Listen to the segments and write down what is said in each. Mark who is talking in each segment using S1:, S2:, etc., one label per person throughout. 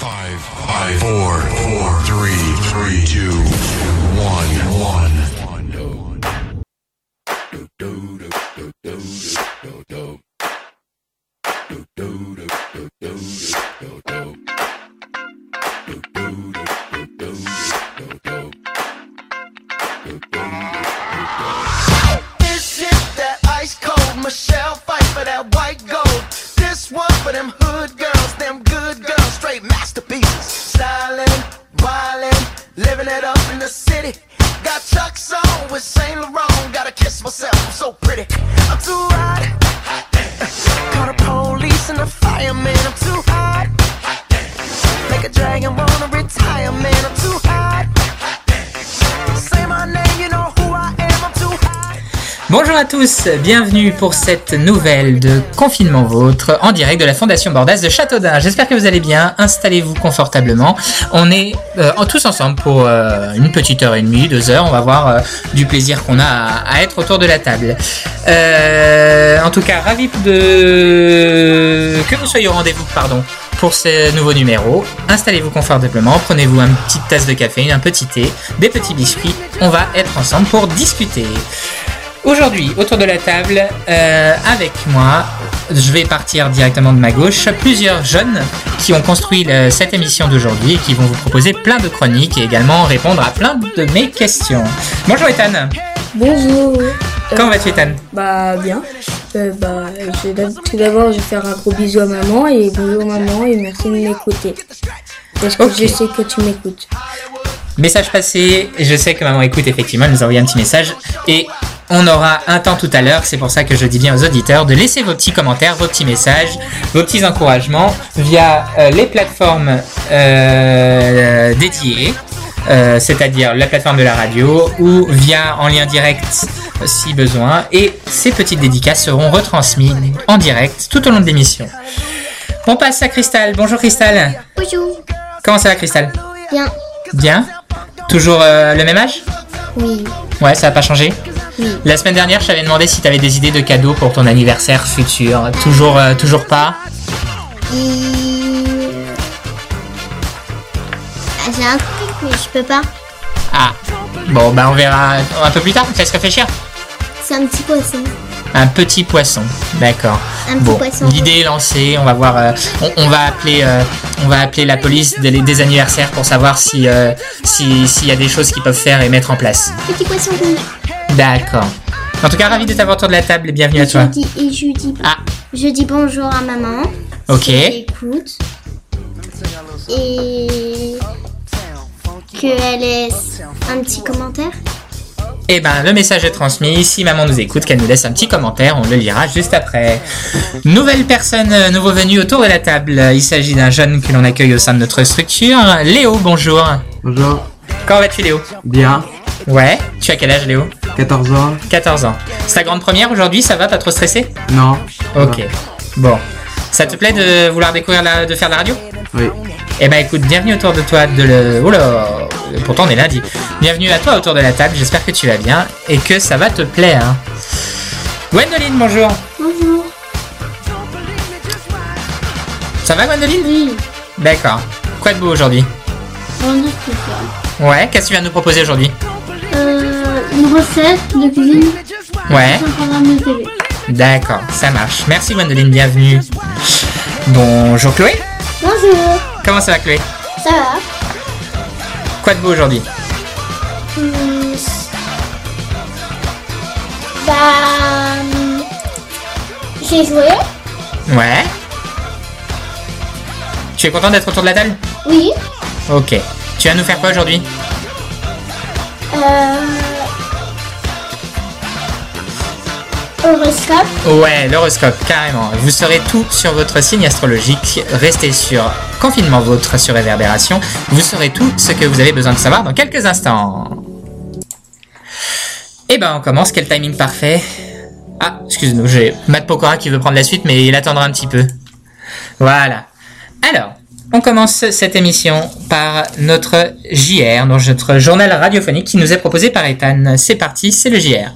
S1: 5, 4, 3, 2, 1.
S2: This shit that ice cold Michelle fight for that white gold. This one for them hood girls, them good girls, straight masterpieces. Stylin', wildin', living it up in the city. Got Chuck's on with Saint Laurent. Gotta kiss myself, I'm so pretty. I'm too hot. Call the police and the fireman. I'm too hot. Make a dragon wanna retire, man. I'm too hot. Say my name, you know who I am. I'm too hot.
S3: Bonjour à tous, bienvenue pour cette nouvelle de Confinement Vôtre en direct de la Fondation Bordas de Châteaudun. J'espère que vous allez bien, installez-vous confortablement. On est tous ensemble pour une petite heure et demie, 2 heures. On va voir du plaisir qu'on a à être autour de la table. En tout cas, ravi que vous soyez au rendez-vous, pour ce nouveau numéro. Installez-vous confortablement, prenez-vous une petite tasse de café, un petit thé, des petits biscuits. On va être ensemble pour discuter. Aujourd'hui, autour de la table, avec moi, je vais partir directement de ma gauche, plusieurs jeunes qui ont construit cette émission d'aujourd'hui et qui vont vous proposer plein de chroniques et également répondre à plein de mes questions. Bonjour Ethan.
S4: Bonjour.
S3: Comment vas-tu Ethan?
S4: Bien. Tout d'abord, je vais faire un gros bisou à maman et bonjour maman et merci de m'écouter. Parce que je sais que tu m'écoutes.
S3: Message passé, je sais que maman écoute effectivement, elle nous a envoyé un petit message et on aura un temps tout à l'heure, c'est pour ça que je dis bien aux auditeurs de laisser vos petits commentaires, vos petits messages, vos petits encouragements via les plateformes dédiées, c'est-à-dire la plateforme de la radio ou via en lien direct si besoin, et ces petites dédicaces seront retransmises en direct tout au long de l'émission. On passe à Cristal. Bonjour Cristal.
S5: Bonjour.
S3: Comment ça va Cristal?
S5: Bien.
S3: Bien. Toujours le même âge?
S5: Oui.
S3: Ouais, ça n'a pas changé?
S5: Oui.
S3: La semaine dernière, je t'avais demandé si tu avais des idées de cadeaux pour ton anniversaire futur. Toujours pas?
S5: J'ai un truc, mais je peux pas.
S3: Ah. Bon, on verra un peu plus tard. Laisse réfléchir.
S5: C'est un petit poisson.
S3: Un petit poisson. D'accord.
S5: Un petit poisson.
S3: L'idée est lancée. On va voir. On va appeler la police des anniversaires pour savoir s'il y a des choses qu'ils peuvent faire et mettre en place.
S5: Petit poisson rouge.
S3: D'accord. En tout cas, ravi de t'avoir autour de la table et bienvenue à toi.
S5: Je dis bonjour à maman.
S3: Ok.
S5: Si elle écoute. Et qu'elle laisse un petit commentaire.
S3: Eh ben, le message est transmis. Si maman nous écoute, qu'elle nous laisse un petit commentaire, on le lira juste après. Nouvelle personne, nouveau venu autour de la table. Il s'agit d'un jeune que l'on accueille au sein de notre structure. Léo, bonjour.
S6: Bonjour.
S3: Comment vas-tu, Léo?
S6: Bien.
S3: Ouais. Tu as quel âge, Léo?
S6: 14 ans.
S3: 14 ans. C'est ta grande première aujourd'hui, ça va? Pas trop stressé?
S6: Non.
S3: Ok. Bon. Ça te plaît de vouloir découvrir de faire de la radio?
S6: Oui.
S3: Eh ben écoute, bienvenue autour de toi pourtant on est lundi. Bienvenue à toi autour de la table, j'espère que tu vas bien et que ça va te plaire. Gwendoline, bonjour.
S5: Bonjour.
S3: Ça va Gwendoline?
S5: Oui.
S3: D'accord. Quoi de beau aujourd'hui?
S5: Bonjour, spécial.
S3: Ouais, qu'est-ce que tu viens de nous proposer aujourd'hui?
S5: Une recette de cuisine.
S3: Ouais.
S5: Un programme de télé.
S3: D'accord, ça marche. Merci Gwendoline, bienvenue. Bonjour Chloé.
S5: Bonjour.
S3: Comment ça va Chloé?
S5: Ça va?
S3: Quoi de beau aujourd'hui?
S5: J'ai joué.
S3: Ouais. Tu es content d'être autour de la table?
S5: Oui.
S3: Ok. Tu vas nous faire quoi aujourd'hui?
S5: Horoscope.
S3: Ouais, l'horoscope, carrément. Vous saurez tout sur votre signe astrologique. Restez sur Confinement Vôtre sur Réverbération. Vous saurez tout ce que vous avez besoin de savoir dans quelques instants. Et ben, on commence. Quel timing parfait. Ah, excusez-nous, j'ai Matt Pokora qui veut prendre la suite, mais il attendra un petit peu. Voilà. Alors, on commence cette émission par notre JR, donc notre journal radiophonique qui nous est proposé par Ethan. C'est parti, c'est le JR.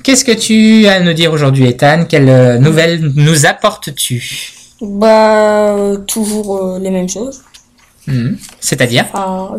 S3: Qu'est-ce que tu as à nous dire aujourd'hui, Ethan? Quelles nouvelles nous apportes-tu?
S4: Toujours les mêmes choses.
S3: C'est-à-dire?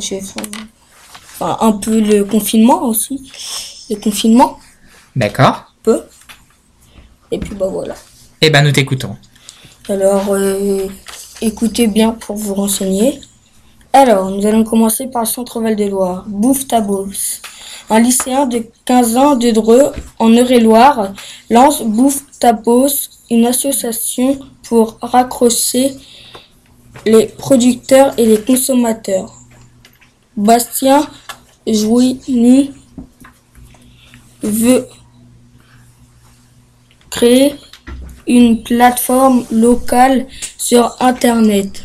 S4: Un peu le confinement aussi. Le confinement,
S3: D'accord.
S4: un peu. Et puis voilà.
S3: Eh ben, nous t'écoutons.
S4: Alors, écoutez bien pour vous renseigner. Alors, nous allons commencer par le Centre Val-de-Loire. Bouffe ta bourse. Un lycéen de 15 ans de Dreux, en Eure-et-Loire, lance Bouffe ta bourse, une association pour raccrocher les producteurs et les consommateurs. Bastien Jouini veut créer une plateforme locale sur Internet.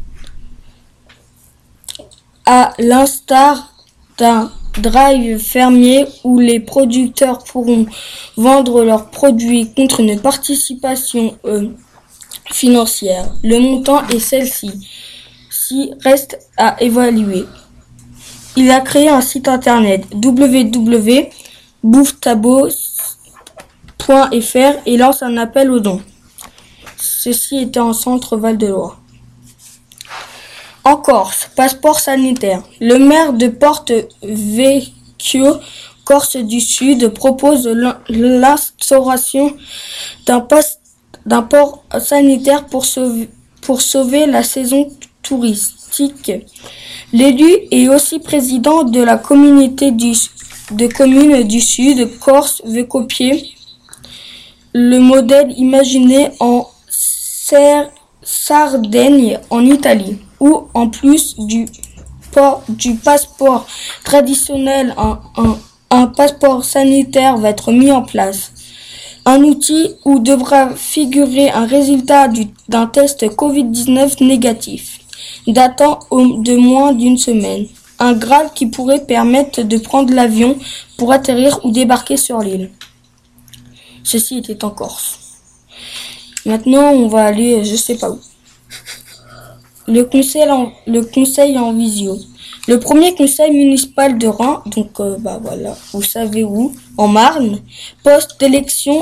S4: À l'instar d'un drive fermier où les producteurs pourront vendre leurs produits contre une participation financière. Le montant est celle-ci reste à évaluer. Il a créé un site internet www.boufftabo.fr et lance un appel aux dons. Ceci était en centre Val-de-Loire. En Corse, passeport sanitaire. Le maire de Porto-Vecchio, Corse du Sud, propose l'instauration d'un port sanitaire pour sauver la saison touristique. L'élu est aussi président de la communauté de communes du Sud. Corse veut copier le modèle imaginé en Sardaigne, en Italie, où en plus du passeport traditionnel, un passeport sanitaire va être mis en place. Un outil où devra figurer un résultat d'un test Covid-19 négatif, datant de moins d'une semaine. Un Graal qui pourrait permettre de prendre l'avion pour atterrir ou débarquer sur l'île. Ceci était en Corse. Maintenant, on va aller, je sais pas où. Le conseil en visio. Le premier conseil municipal de Reims, donc vous savez où, en Marne, poste d'élection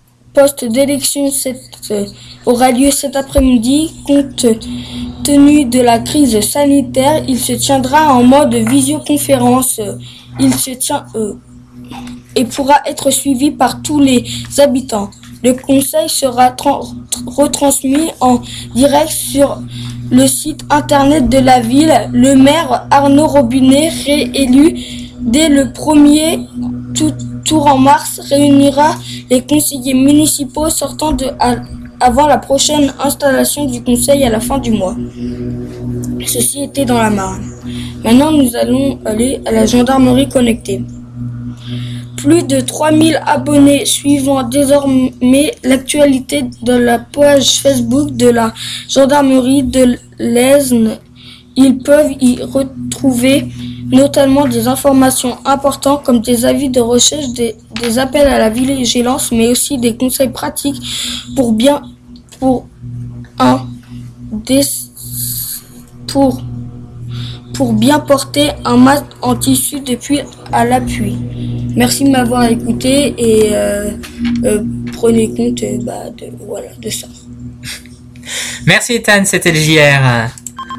S4: aura lieu cet après-midi. Compte tenu de la crise sanitaire, il se tiendra en mode visioconférence. Il se tient et pourra être suivi par tous les habitants. Le conseil sera retransmis en direct sur le site internet de la ville. Le maire Arnaud Robinet, réélu dès le premier tour en mars, réunira les conseillers municipaux sortant avant la prochaine installation du conseil à la fin du mois. Ceci était dans la Marne. Maintenant, nous allons aller à la gendarmerie connectée. Plus de 3000 abonnés suivant désormais l'actualité de la page Facebook de la gendarmerie de l'Aisne. Ils peuvent y retrouver notamment des informations importantes comme des avis de recherche, des appels à la vigilance, mais aussi des conseils pratiques pour bien porter un masque en tissu depuis à l'appui. Merci de m'avoir écouté et prenez compte de ça.
S3: Merci Ethan, c'était le JR.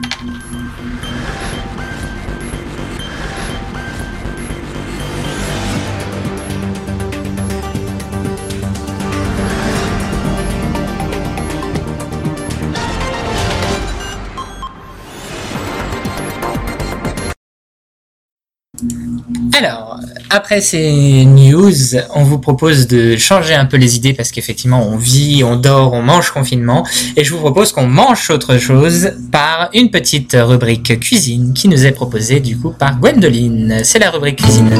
S3: Alors, après ces news, on vous propose de changer un peu les idées parce qu'effectivement, on vit, on dort, on mange confinement. Et je vous propose qu'on mange autre chose par une petite rubrique cuisine qui nous est proposée du coup par Gwendoline. C'est la rubrique cuisine.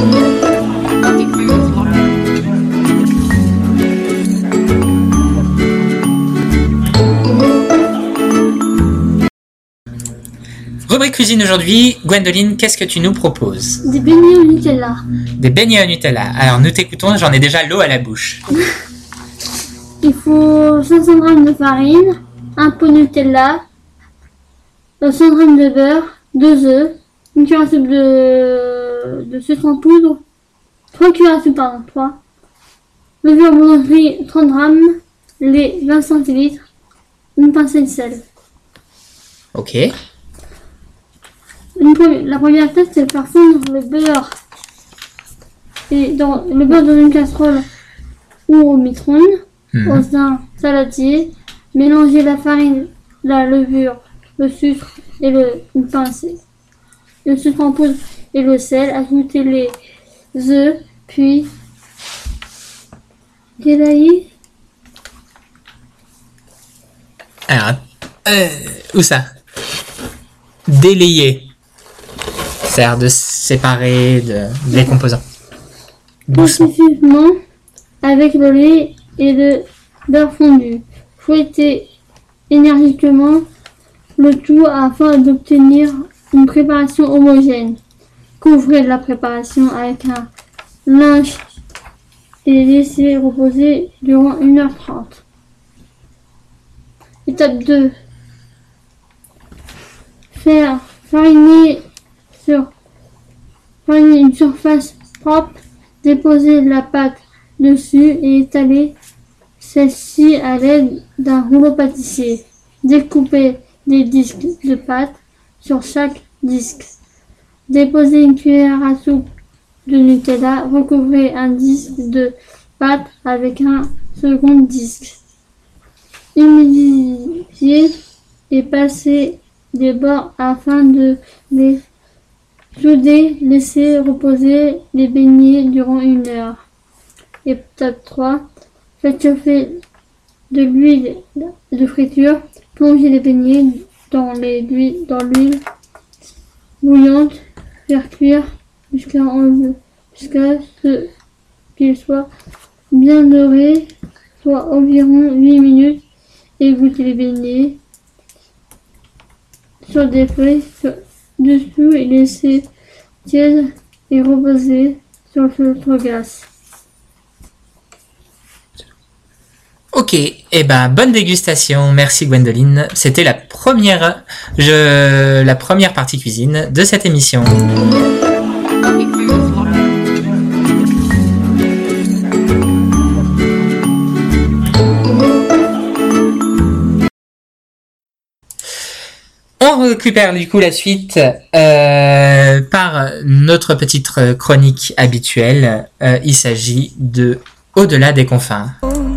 S3: Rubrique cuisine aujourd'hui, Gwendoline, qu'est-ce que tu nous proposes?
S5: Des beignets au Nutella.
S3: Des beignets au Nutella. Alors nous t'écoutons, j'en ai déjà l'eau à la bouche.
S5: Il faut 500 g de farine, un pot de Nutella, 100 g de beurre, 2 œufs, une cuillère à soupe de sucre en poudre, 3 cuillères à soupe, 3, levure boulangerie 30 grammes, lait 20 centilitres, une pincée de sel.
S3: Ok.
S5: La première étape, c'est de faire fondre le beurre. Le beurre dans une casserole ou au micro-ondes, dans un saladier. Mélanger la farine, la levure, le sucre et une pincée. Le sucre en poudre et le sel. Ajouter les œufs, puis délayer.
S3: Alors, où ça? Délayer. C'est-à-dire de séparer les composants. Doucement.
S5: Progressivement avec le lait et le beurre fondu. Fouettez énergiquement le tout afin d'obtenir une préparation homogène. Couvrez la préparation avec un linge et laissez reposer durant 1h30. Étape 2. Faire fariner une surface propre. Déposer la pâte dessus et étaler celle-ci à l'aide d'un rouleau pâtissier. Découper des disques de pâte sur chaque disque. Déposer une cuillère à soupe de Nutella. Recouvrez un disque de pâte avec un second disque. Humidifier et passer des bords afin de les souder. Laissez reposer les beignets durant 1 heure. Étape 3. Faites chauffer de l'huile de friture. Plongez les beignets dans l'huile bouillante. Faire cuire jusqu'à ce qu'ils soient bien dorés, soit environ 8 minutes. Égouttez les beignets sur des feuilles dessous et laissez tiède et reposer sur le filtre glace.
S3: Ok, eh ben bonne dégustation, merci Gwendoline. C'était la première partie cuisine de cette émission. On récupère du coup la suite par notre petite chronique habituelle. Il s'agit de Au-delà des confins.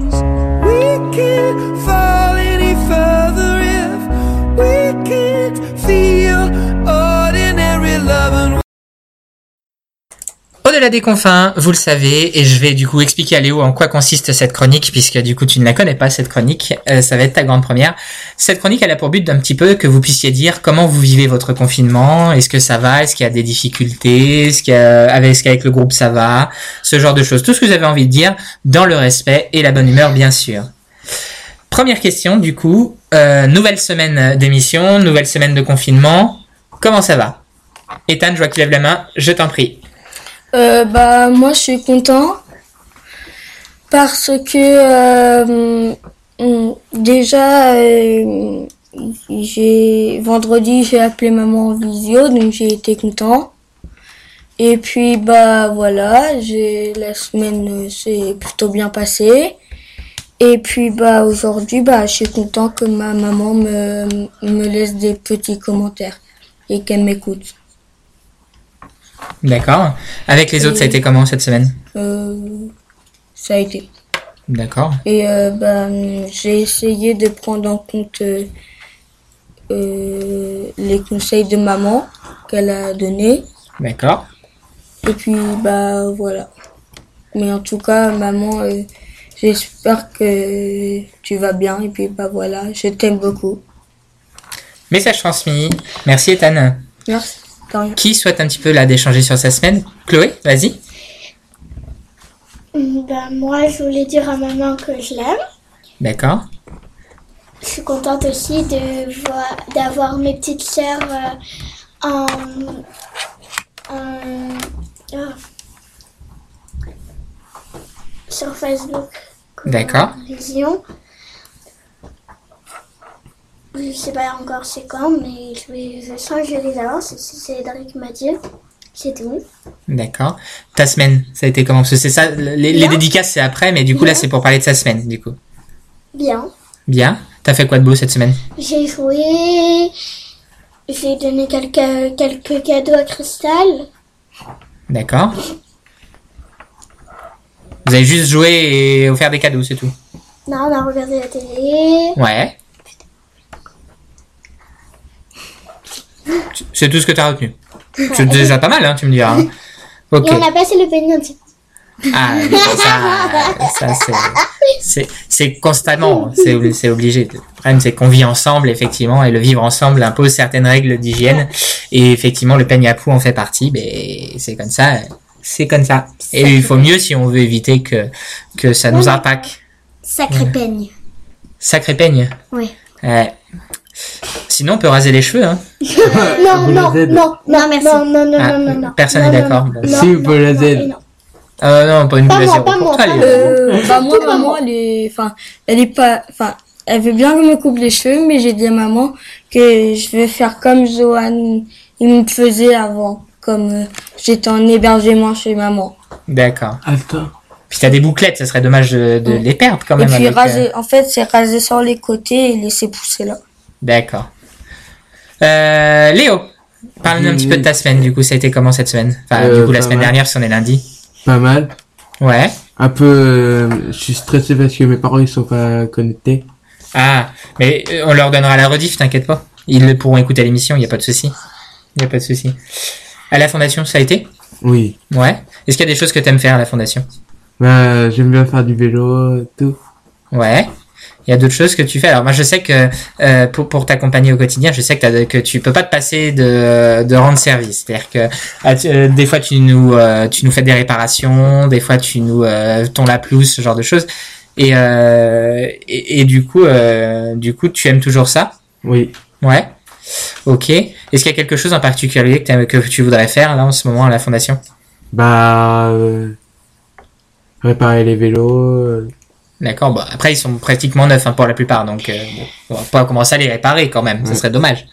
S3: Au-delà des confins, vous le savez, et je vais du coup expliquer à Léo en quoi consiste cette chronique, puisque du coup tu ne la connais pas cette chronique, ça va être ta grande première. Cette chronique, elle a pour but d'un petit peu que vous puissiez dire comment vous vivez votre confinement, est-ce que ça va, est-ce qu'il y a des difficultés, est-ce qu'avec le groupe ça va, ce genre de choses, tout ce que vous avez envie de dire, dans le respect et la bonne humeur bien sûr. Première question du coup, nouvelle semaine d'émission, nouvelle semaine de confinement, comment ça va? Ethan, je vois que tu lèves la main, je t'en prie.
S4: Moi je suis content parce que déjà vendredi j'ai appelé maman en visio, donc j'ai été content. Et puis voilà, la semaine s'est plutôt bien passée. Et puis aujourd'hui je suis content que ma maman me laisse des petits commentaires et qu'elle m'écoute.
S3: D'accord. Avec les autres, ça a été comment cette semaine?
S4: Ça a été.
S3: D'accord.
S4: Et j'ai essayé de prendre en compte les conseils de maman qu'elle a donnés.
S3: D'accord.
S4: Et puis voilà. Mais en tout cas, maman, j'espère que tu vas bien. Et puis voilà, je t'aime beaucoup.
S3: Message transmis. Merci Ethan.
S4: Merci.
S3: Qui souhaite un petit peu là d'échanger sur sa semaine? Chloé, vas-y.
S6: Moi, je voulais dire à maman que je l'aime.
S3: D'accord.
S6: Je suis contente aussi d'avoir mes petites sœurs sur Facebook.
S3: D'accord.
S6: Vision. Je sais pas encore c'est quand, mais je sens que je vais les avoir. C'est Cédric m'a dit. C'est tout.
S3: D'accord. Ta semaine, ça a été comment? Parce que c'est ça, les dédicaces c'est après, mais du coup là c'est pour parler de sa semaine, du coup.
S6: Bien.
S3: Bien. T'as fait quoi de beau cette semaine?
S6: J'ai joué. J'ai donné quelques cadeaux à Cristal.
S3: D'accord. Vous avez juste joué et offert des cadeaux, c'est tout?
S6: Non, on a regardé la télé.
S3: Ouais. C'est tout ce que t'as retenu. C'est déjà pas mal, hein, tu me diras. Hein. Ok.
S6: Et on a passé le pénalty.
S3: Ah, ça c'est constamment, c'est obligé. Le problème c'est qu'on vit ensemble effectivement et le vivre ensemble impose certaines règles d'hygiène et effectivement le peigne à poux en fait partie. Mais c'est comme ça, Et il faut mieux si on veut éviter que ça nous impacte.
S6: Sacré peigne.
S3: Sacré peigne.
S6: Oui.
S3: Sinon on peut raser les cheveux. Hein.
S6: Non, merci. Non.
S3: Personne n'est d'accord. Bon.
S5: Non,
S7: Si, vous pouvez la Z.
S6: Non.
S3: Non, pas une boule à zéro.
S6: Pas
S3: Pour
S6: moi,
S3: toi,
S6: pas
S3: les-
S4: Bah moi, maman, elle veut bien que je me coupe les cheveux, mais j'ai dit à maman que je vais faire comme Johan, il me faisait avant, comme j'étais en hébergement chez maman.
S3: D'accord.
S7: Attends.
S3: Puis t'as des bouclettes, ça serait dommage de les perdre quand
S4: Et
S3: même.
S4: puis
S3: avec,
S4: raser, en fait, c'est raser sur les côtés et laisser pousser là.
S3: D'accord. Léo, parle-nous un petit peu de ta semaine, du coup, ça a été comment cette semaine? Enfin, du coup, la
S7: pas
S3: semaine
S7: mal.
S3: dernière, si on est lundi.
S7: Pas mal.
S3: Ouais.
S7: Un peu, je suis stressé parce que mes parents ils sont pas connectés.
S3: Ah, mais on leur donnera la rediff, t'inquiète pas. Ils pourront écouter l'émission, il y a pas de souci. À la fondation, ça a été?
S7: Oui.
S3: Ouais. Est-ce qu'il y a des choses que t'aimes faire à la fondation?
S7: Bah, j'aime bien faire du vélo, tout.
S3: Ouais. Il y a d'autres choses que tu fais. Alors moi je sais que pour t'accompagner au quotidien, je sais que tu peux pas te passer de rendre service. C'est-à-dire que des fois tu nous fais des réparations, des fois tu nous tons la pelouse, ce genre de choses. Et du coup tu aimes toujours ça?
S7: Oui.
S3: Ouais. Ok. Est-ce qu'il y a quelque chose en particulier que tu voudrais faire là en ce moment à la fondation?
S7: Bah, réparer les vélos.
S3: D'accord, bon, après ils sont pratiquement neufs hein, pour la plupart, donc on va pas commencer à les réparer quand même, ça serait dommage.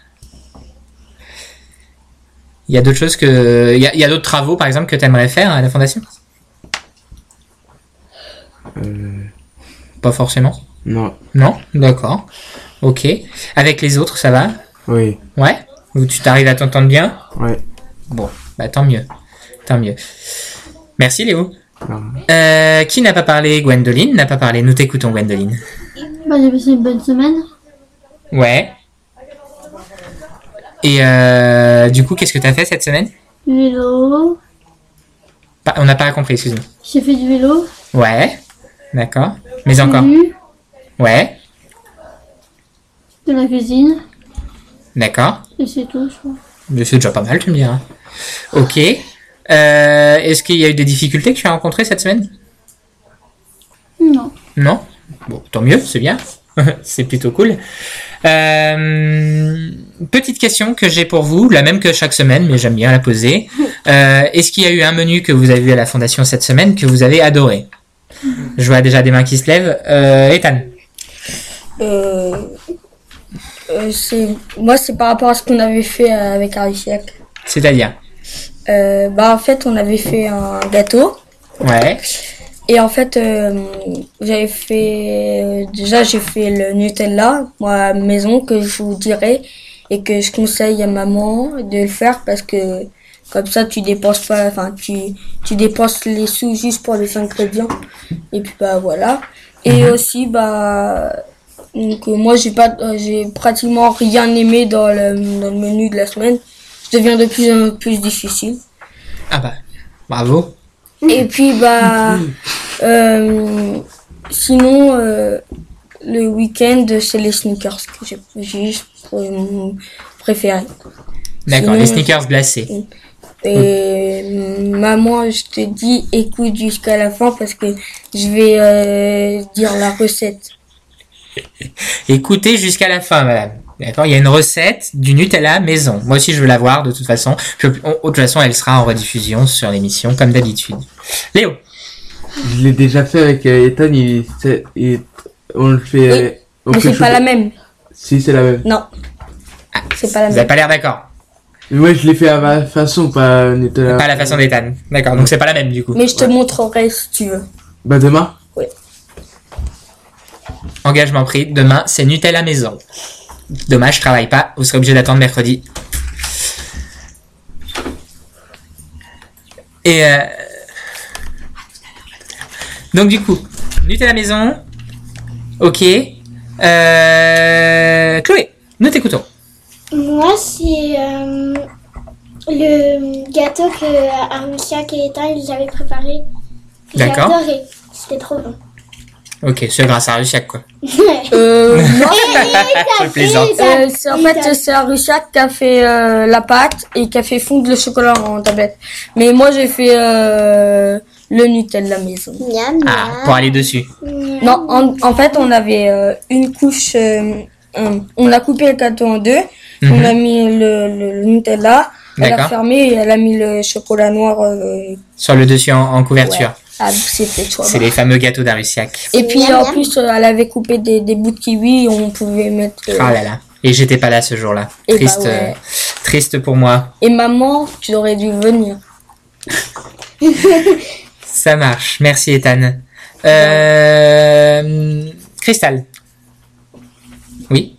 S3: Il y a d'autres choses il y a d'autres travaux par exemple que tu aimerais faire à la fondation? Pas forcément.
S7: Non.
S3: Non? D'accord. Ok. Avec les autres, ça va?
S7: Oui.
S3: Ouais? Ou tu t'arrives à t'entendre bien?
S7: Ouais.
S3: Bon, bah tant mieux. Merci Léo.
S7: Non.
S3: Qui n'a pas parlé? Gwendoline n'a pas parlé. Nous t'écoutons, Gwendoline.
S5: Bah, j'ai passé une bonne semaine.
S3: Ouais. Et du coup, qu'est-ce que t'as fait cette semaine?
S5: Du vélo.
S3: On n'a pas compris, excuse-moi.
S5: J'ai fait du vélo.
S3: Ouais. D'accord. Mais encore.
S5: Du,
S3: Ouais.
S5: de la cuisine.
S3: D'accord.
S5: Et c'est tout, je crois.
S3: Mais c'est déjà pas mal, tu me diras. Ok. Est-ce qu'il y a eu des difficultés que tu as rencontrées cette semaine?
S5: Non.
S3: Non? Bon, tant mieux, c'est bien. C'est plutôt cool. Petite question que j'ai pour vous, la même que chaque semaine, mais j'aime bien la poser. Est-ce qu'il y a eu un menu que vous avez vu à la fondation cette semaine que vous avez adoré? Je vois déjà des mains qui se lèvent. Ethan?
S4: C'est par rapport à ce qu'on avait fait avec Arisiac.
S3: C'est-à-dire?
S4: En fait, on avait fait un gâteau.
S3: Ouais.
S4: Et en fait, j'ai fait le Nutella, moi, à la maison, que je vous dirai et que je conseille à maman de le faire parce que comme ça, tu dépenses pas, enfin, tu dépenses les sous juste pour les ingrédients. Et puis, bah, voilà. Et aussi, donc, moi, j'ai pratiquement rien aimé dans le menu de la semaine. Ça devient de plus en plus difficile.
S3: Ah bah, bravo.
S4: Et puis, sinon, le week-end, c'est les sneakers que j'ai juste préféré.
S3: D'accord,
S4: Sinon,
S3: les sneakers glacés.
S4: Et maman, je te dis, écoute jusqu'à la fin parce que je vais dire la recette.
S3: Écoutez jusqu'à la fin, madame. D'accord, il y a une recette du Nutella maison. Moi aussi, je veux la voir de toute façon. De toute façon, elle sera en rediffusion sur l'émission, comme d'habitude. Léo?
S7: Je l'ai déjà fait avec Ethan, on le fait...
S4: Oui, mais c'est pas la même.
S7: Si, c'est la même.
S4: Non. C'est pas la
S3: Vous
S4: même.
S3: n'avez pas l'air d'accord.
S7: Mais moi, je l'ai fait à ma façon, pas Nutella.
S3: Pas la façon d'Ethan. D'accord, donc c'est pas la même du coup.
S4: Mais je te montrerai si tu veux.
S7: Bah, demain.
S3: Engagement pris, demain c'est Nutella maison. Dommage, je travaille pas, vous serez obligé d'attendre mercredi. Et donc du coup, Nutella maison. Ok. Chloé, nous t'écoutons.
S6: Moi, c'est le gâteau que Armistiak et Ethan ils avaient préparé. J'ai
S3: D'accord.
S6: adoré. C'était trop bon.
S3: Ok, c'est grâce à Russiak quoi.
S4: Non,
S3: Je plaisante.
S4: c'est Arushac qui a fait la pâte et qui a fait fondre le chocolat en tablette. Mais moi, j'ai fait le Nutella maison.
S6: Miam, miam.
S3: Ah, pour aller dessus.
S6: Miam.
S4: Non, en fait, on avait une couche. On a coupé le gâteau en deux.
S3: Mhm.
S4: On a mis le Nutella. Elle
S3: D'accord.
S4: a fermé et elle a mis le chocolat noir.
S3: Sur le dessus en couverture.
S4: Ouais. Ah, c'était trop
S3: C'est
S4: bon.
S3: les fameux gâteaux d'Arusiak.
S4: Et puis
S6: Miam,
S4: en
S6: miam.
S4: plus, elle avait coupé des bouts de kiwi. On pouvait mettre.
S3: Ah là là. Et j'étais pas là ce jour-là.
S4: Et bah
S3: Triste,
S4: ouais.
S3: triste pour moi.
S4: Et maman, tu aurais dû venir.
S3: Ça marche. Merci Ethan. Cristal. Oui.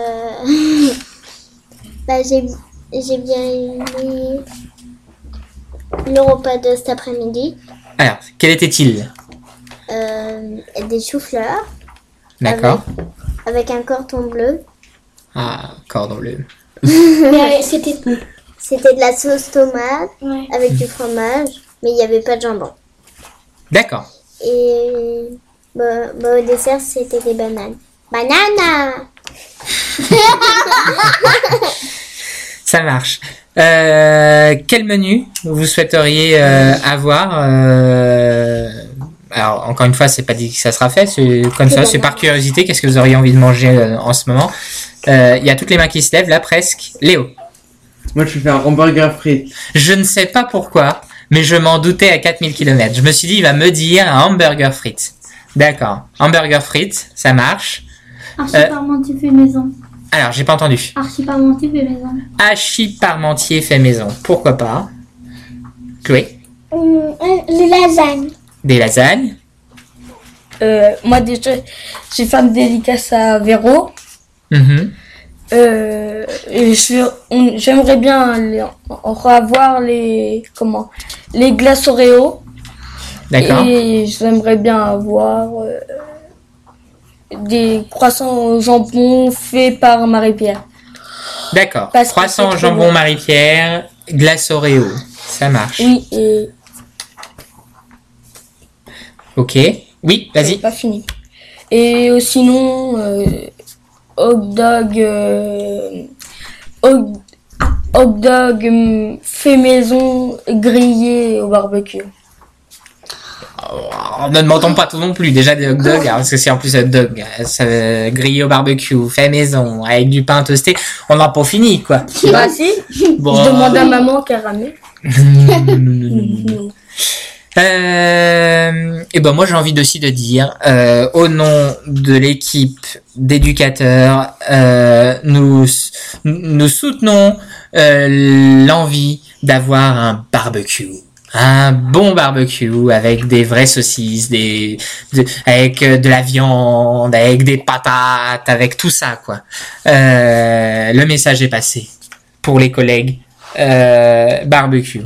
S6: Bah, j'ai bien aimé le repas de cet après-midi.
S3: Alors, quel était-il?
S6: Des choux-fleurs
S3: D'accord.
S6: avec un cordon bleu.
S3: Ah, cordon bleu.
S6: Mais c'était de la sauce tomate avec du fromage, mais il n'y avait pas de jambon.
S3: D'accord.
S6: Et au dessert, c'était des bananes. Banana!
S3: Ça marche. Quel menu vous souhaiteriez avoir Alors, encore une fois, c'est pas dit que ça sera fait. C'est comme ça, c'est par curiosité. Qu'est-ce que vous auriez envie de manger en ce moment? Il y a toutes les mains qui se lèvent, là, presque. Léo.
S7: Moi, je vais faire un hamburger frites.
S3: Je ne sais pas pourquoi, mais je m'en doutais à 4000 km. Je me suis dit, il va me dire un hamburger frites. D'accord. Hamburger frites, ça marche.
S5: Archie Parmentier fait maison.
S3: Alors, j'ai pas entendu.
S5: Archie Parmentier fait maison.
S3: Hachis Parmentier fait maison. Pourquoi pas? Chloé.
S6: Les lasagnes.
S3: Des lasagnes.
S4: Moi déjà, j'ai fait une dédicace à Véro.
S3: Mhm.
S4: Et j'aimerais bien revoir les glaces Oreo.
S3: D'accord.
S4: Et j'aimerais bien avoir des croissants au jambon faits par Marie-Pierre.
S3: D'accord.
S4: Parce que
S3: Croissant
S4: c'est trop
S3: jambon
S4: bon.
S3: Marie-Pierre, glace Oreo. Ça marche.
S4: Oui, et
S3: Ok. Oui,
S4: c'est
S3: vas-y.
S4: pas fini. Et sinon, hot dog fait maison, grillé au barbecue.
S3: Ne demandons pas tout non plus. Déjà des hot dogs, alors, parce que c'est en plus hot dog, ça, grillé au barbecue, fait maison, avec du pain toasté. On n'a pas fini, quoi.
S4: Bah si,
S3: Bon.
S4: je demande à maman qu'elle ramène.
S3: Et ben moi j'ai envie aussi de dire au nom de l'équipe d'éducateurs, nous soutenons l'envie d'avoir un barbecue. Un bon barbecue avec des vraies saucisses, avec de la viande, avec des patates, avec tout ça quoi. Le message est passé pour les collègues barbecue.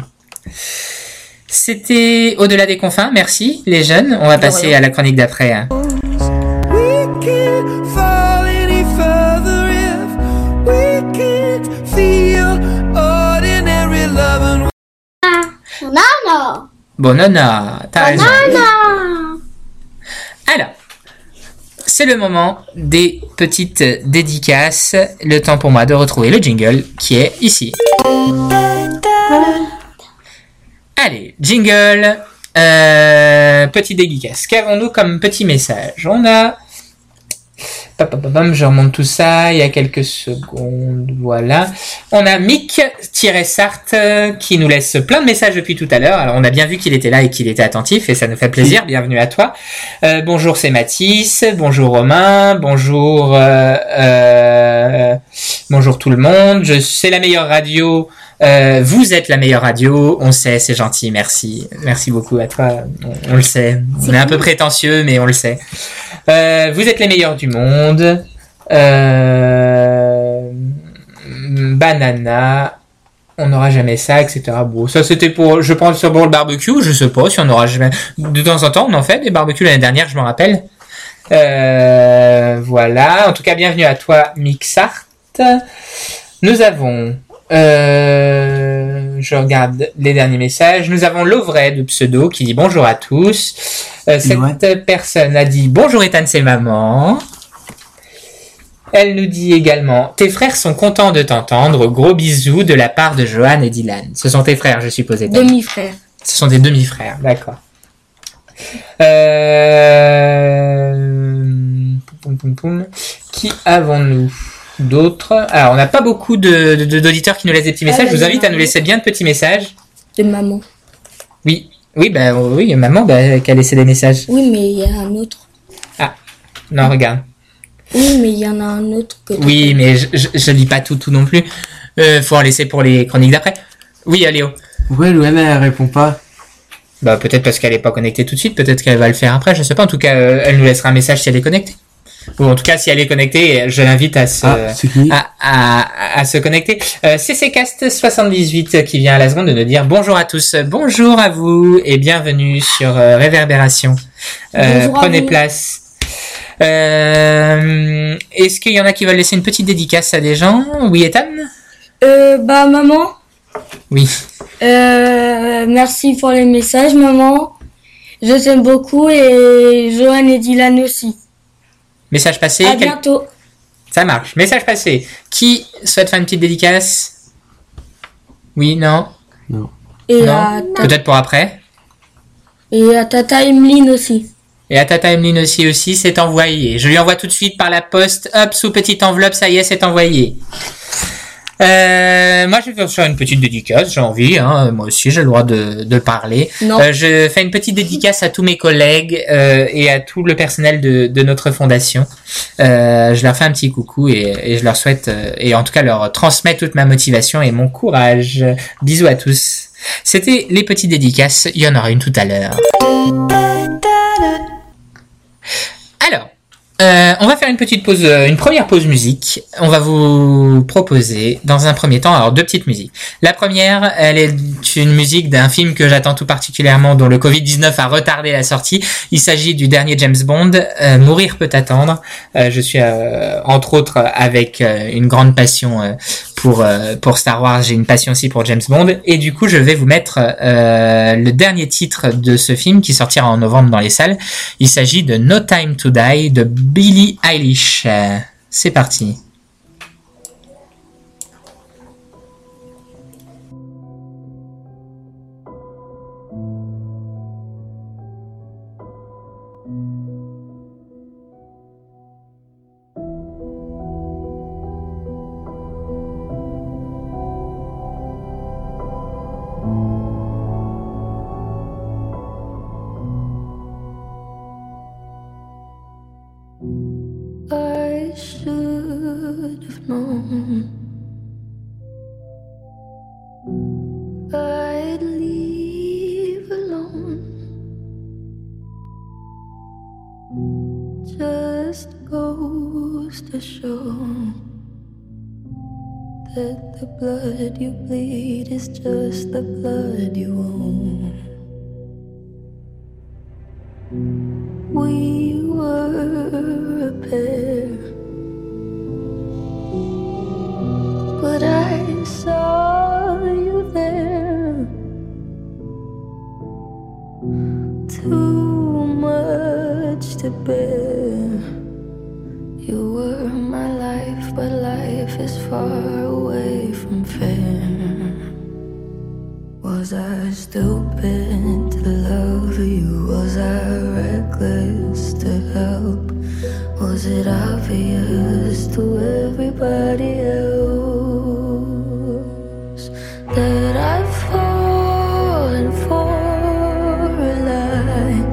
S3: C'était Au-delà des confins, merci les jeunes. On va passer
S4: rien.
S3: à la chronique d'après. Hein.
S2: We can't fall any further if we can't feel ordinary love.
S6: Banana!
S3: Bonana, t'as raison.
S6: Banana!
S3: Alors, c'est le moment des petites dédicaces. Le temps pour moi de retrouver le jingle qui est ici. Allez, jingle. Petite dédicace. Qu'avons-nous comme petit message? On a... Je remonte tout ça il y a quelques secondes. Voilà. On a Mick-Sart qui nous laisse plein de messages depuis tout à l'heure. Alors on a bien vu qu'il était là et qu'il était attentif et ça nous fait plaisir. Bienvenue à toi. Bonjour, c'est Mathis. Bonjour Romain. Bonjour bonjour tout le monde. C'est la meilleure radio Vous êtes la meilleure radio, on sait, c'est gentil, merci. Merci beaucoup à toi, on le sait. On est un peu prétentieux, mais on le sait. Vous êtes les meilleurs du monde. Banana, on n'aura jamais ça, etc. Bon, ça c'était pour, je pense, pour le barbecue, je sais pas si on aura jamais. De temps en temps, on en fait des barbecues l'année dernière, je m'en rappelle. Voilà. En tout cas, bienvenue à toi, Mixart. Nous avons, je regarde les derniers messages. Nous avons Lovray de Pseudo qui dit bonjour à tous. Cette personne a dit bonjour Ethan, c'est maman. Elle nous dit également tes frères sont contents de t'entendre. Gros bisous de la part de Johan et Dylan. Ce sont tes frères, je suppose. Ethan.
S4: Demi-frère.
S3: Ce sont des demi-frères, d'accord. Qui avons-nous d'autres? Alors, on n'a pas beaucoup d'auditeurs qui nous laissent des petits messages. Je vous invite à nous laisser bien de petits messages.
S4: De maman.
S3: Oui, maman qui a laissé des messages.
S4: Oui, mais il y a un autre.
S3: Ah, non, regarde.
S4: Oui, mais il y en a un autre que...
S3: Oui, mais je lis pas tout non plus. Faut en laisser pour les chroniques d'après. Oui, Léo.
S7: Pourquoi Louane elle répond pas?
S3: Bah, peut-être parce qu'elle est pas connectée tout de suite, peut-être qu'elle va le faire après, je sais pas. En tout cas, elle nous laissera un message si elle est connectée. Ou en tout cas, si elle est connectée, je l'invite à se, à se connecter. CCcast78 qui vient à la seconde de nous dire bonjour à tous, bonjour à vous et bienvenue sur Réverbération. Prenez place. Est-ce qu'il y en a qui veulent laisser une petite dédicace à des gens? Oui, Ethan?
S4: Maman.
S3: Oui.
S4: Merci pour les messages, maman. Je t'aime beaucoup et Johan et Dylan aussi.
S3: Message passé.
S4: À bientôt.
S3: Ça marche. Message passé. Qui souhaite faire une petite dédicace? Oui, non?
S7: Non.
S4: Et
S3: non. Peut-être pour après.
S4: Et à Tata Emeline aussi.
S3: Et à Tata Emeline aussi, c'est envoyé. Je lui envoie tout de suite par la poste. Hop, sous petite enveloppe, ça y est, c'est envoyé. Moi, je vais faire une petite dédicace, j'ai envie, hein. Moi aussi, j'ai le droit de parler. Je fais une petite dédicace à tous mes collègues et à tout le personnel de notre fondation. Je leur fais un petit coucou et je leur souhaite, et en tout cas leur transmets toute ma motivation et mon courage. Bisous à tous. C'était les petites dédicaces, il y en aura une tout à l'heure. Alors, on va faire une petite pause, une première pause musique. On va vous proposer, dans un premier temps, alors 2 petites musiques. La première, elle est une musique d'un film que j'attends tout particulièrement, dont le Covid-19 a retardé la sortie. Il s'agit du dernier James Bond, Mourir peut attendre. Je suis, entre autres, avec une grande passion pour Star Wars. J'ai une passion aussi pour James Bond. Et du coup, je vais vous mettre le dernier titre de ce film qui sortira en novembre dans les salles. Il s'agit de No Time to Die de Billie Eilish. C'est parti.
S8: I should have known I'd leave alone. Just goes to show that the blood you bleed is just the blood you own. We were a pair, but I saw you there. Too much to bear. You were my life, but life is far away from fair. Was I stupid to love you? Was I reckless to help? Was it obvious to everybody else that I've fallen for a lie?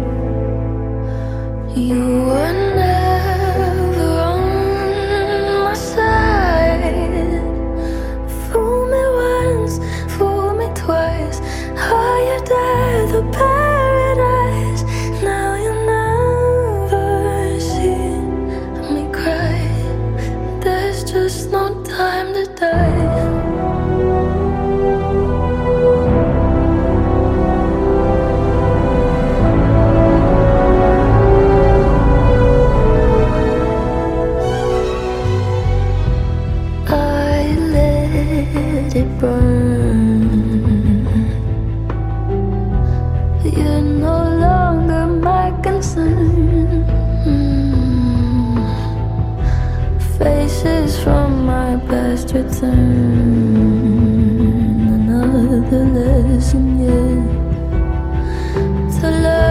S8: You were never on my side. Fool me once, die. I let it burn. You're no longer my concern. Faces from my past return. Another lesson yet to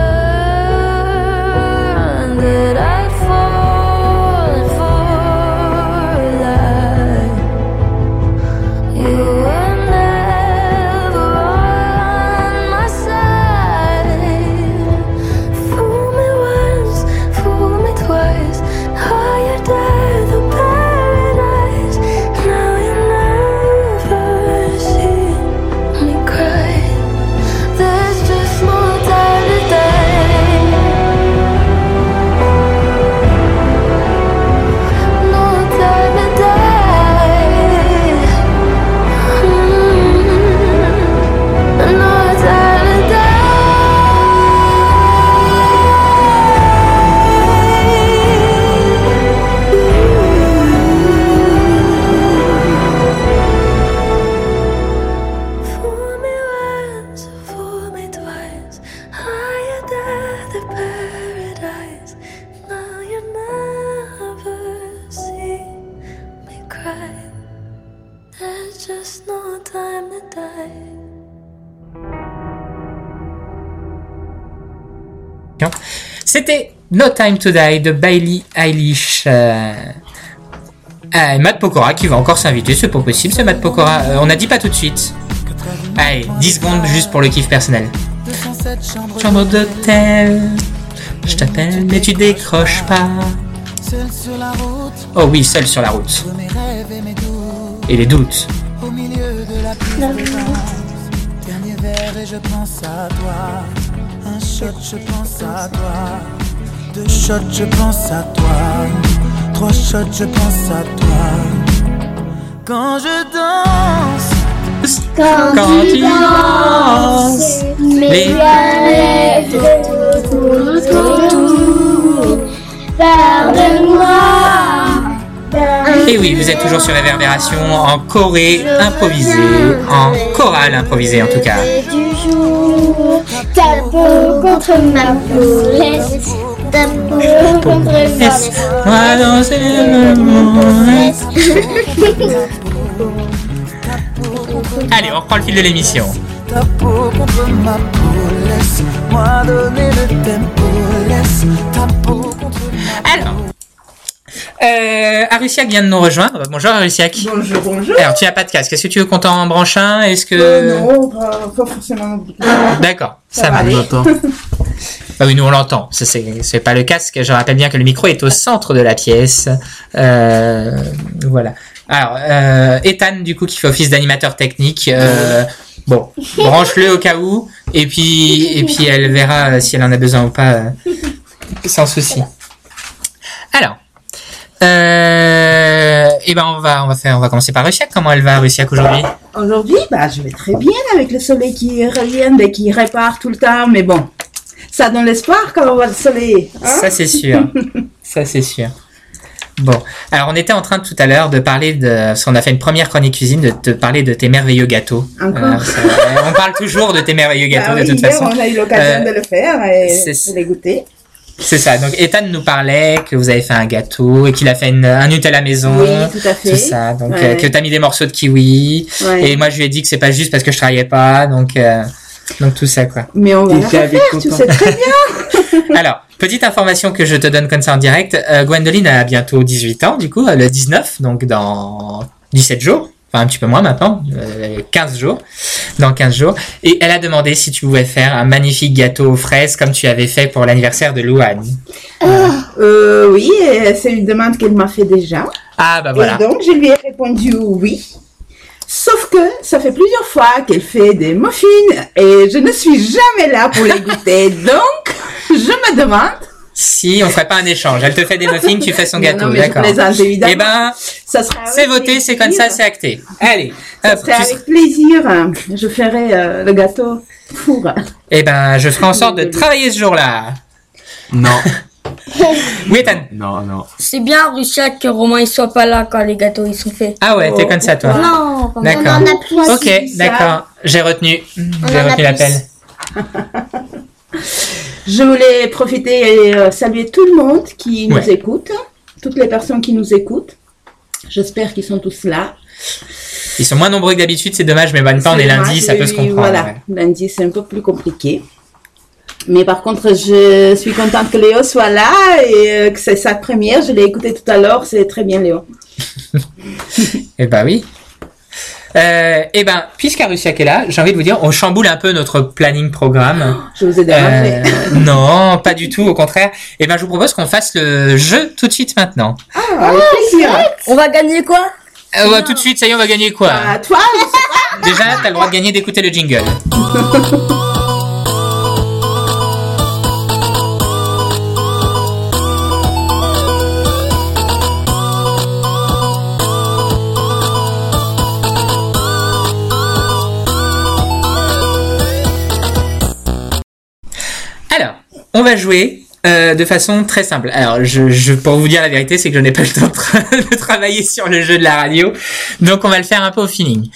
S8: learn that I'd fall for a lie. You were never on my side. Fool me once, fool me twice. Now you're dead, the paradise. Now you never see me cry. There's just no time to die. No time to die. No time to Fool me once, fool me twice. Higher than the paradise. Now you never see me cry. There's just no time to die.
S3: C'était No Time to Die de Billie Eilish. Matt Pokora qui va encore s'inviter, c'est pas possible, c'est Matt Pokora. On a dit pas tout de suite. Allez, 10 secondes juste pour le kiff personnel. Chambre d'hôtel, je t'appelle mais tu décroches pas. Oh oui, seul sur la route. Et les doutes.
S2: Dernier verre et je pense à toi. Un shot, je pense à toi. 2 shots, je pense à toi. 3 shots, je pense à toi. Quand je danse,
S4: Quand tu danses, mes planètes autour, pardonne-moi.
S3: Et oui, vous êtes toujours sur Réverbération en choré improvisé, en chorale improvisé en tout cas.
S6: Du jour, ta peau contre ma peau, laisse ta peau contre ma
S3: Laisse-moi danser le monde. Allez, on reprend le fil de l'émission.
S2: ta peau contre ma peau. Laisse-moi donner le tempo. Laisse ta peau contre ma peau.
S3: Alors, Arusiak vient de nous rejoindre. Bonjour Arusiak.
S9: Bonjour, bonjour.
S3: Alors, tu n'as pas de casque. Est-ce que tu veux qu'on t'en branche un? Est-ce que...
S9: Non, pas forcément.
S3: D'accord,
S9: Ça
S3: ça
S9: va
S3: va.
S9: aller.
S3: Bah oui, nous on l'entend. C'est pas le casque. Je rappelle bien que le micro est au centre de la pièce. Voilà. Alors, Ethan, du coup, qui fait office d'animateur technique. Bon, branche-le au cas où. Et puis elle verra si elle en a besoin ou pas. Sans souci. Alors. Et ben on va commencer par Rusiak. Comment elle va, Rusiak, aujourd'hui?
S9: Aujourd'hui, je vais très bien avec le soleil qui revient et qui répare tout le temps, mais bon, ça donne l'espoir quand on voit le soleil. Hein?
S3: Ça c'est sûr. Ça c'est sûr. Bon, alors on était en train tout à l'heure de parler parce qu'on a fait une première chronique cuisine, de te parler de tes merveilleux gâteaux.
S9: Encore
S3: on parle toujours de tes merveilleux gâteaux de
S9: oui,
S3: toute
S9: hier,
S3: façon.
S9: on a eu l'occasion de le faire et de les goûter.
S3: C'est ça. Donc Ethan nous parlait que vous avez fait un gâteau et qu'il a fait un Nutella maison.
S9: Oui, tout à fait.
S3: Tout ça. Donc
S9: Ouais.
S3: que t'as mis des morceaux de kiwi.
S9: Ouais.
S3: Et moi je lui ai dit que c'est pas juste parce que je travaillais pas. Donc tout ça quoi.
S9: Mais on va
S7: Il
S9: la
S7: était avec
S9: refaire, tu
S7: content.
S9: sais très bien.
S3: Alors, petite information que je te donne comme ça en direct. Gwendoline a bientôt 18 ans, du coup, le 19, donc dans 17 jours. Enfin, un petit peu moins maintenant, 15 jours. Dans 15 jours. Et elle a demandé si tu pouvais faire un magnifique gâteau aux fraises comme tu avais fait pour l'anniversaire de Louane.
S9: Oui, et c'est une demande qu'elle m'a fait déjà.
S3: Ah, bah voilà.
S9: Et donc, je lui ai répondu oui. Sauf que ça fait plusieurs fois qu'elle fait des muffins et je ne suis jamais là pour les goûter. Donc, je me demande.
S3: Si on ferait pas un échange. Elle te fait des muffins, tu fais son
S9: Non,
S3: gâteau,
S9: non, mais je
S3: d'accord.
S9: plaisante, évidemment.
S3: Eh ben,
S9: Ça sera avec
S3: C'est voté, c'est comme ça,
S9: plaisir.
S3: c'est acté. Allez,
S9: Ça
S3: hop,
S9: serait avec plaisir. Je ferai le gâteau four.
S3: eh ben, je ferai en sorte de travailler ce jour-là.
S7: Non,
S3: Oui, Ethan.
S7: non.
S4: C'est bien, Russia, que Romain il soit pas là quand les gâteaux ils sont faits.
S3: Ah ouais, t'es comme ça, toi.
S4: Non, comme
S3: D'accord.
S6: On en a plus.
S3: Ok, d'accord. J'ai retenu. J'ai
S6: en a
S3: retenu
S6: plus.
S3: l'appel.
S9: Je voulais profiter et saluer tout le monde qui nous
S3: Ouais.
S9: écoute, toutes les personnes qui nous écoutent. J'espère qu'ils sont tous là.
S3: Ils sont moins nombreux que d'habitude, c'est dommage, mais en même temps, on est
S9: C'est
S3: lundi,
S9: dommage,
S3: ça peut se
S9: oui,
S3: comprendre.
S9: Voilà,
S3: Ouais.
S9: lundi c'est un peu plus compliqué. Mais par contre, je suis contente que Léo soit là et que c'est sa première. Je l'ai écouté tout à l'heure, c'est très bien Léo.
S3: Eh ben oui. Eh ben, puisqu'Arusiak est là, j'ai envie de vous dire, on chamboule un peu notre planning programme.
S9: Je vous ai dérangé.
S3: Non, pas du tout, au contraire. Eh ben, je vous propose qu'on fasse le jeu tout de suite maintenant.
S9: Avec plaisir.
S4: On va gagner quoi?
S3: Ouais, tout de suite, ça y est, on va gagner quoi?
S9: À toi, je sais pas.
S3: Déjà, t'as le droit de gagner d'écouter le jingle. Alors, on va jouer de façon très simple. Alors, pour vous dire la vérité, c'est que je n'ai pas le temps de travailler sur le jeu de la radio, donc on va le faire un peu au feeling.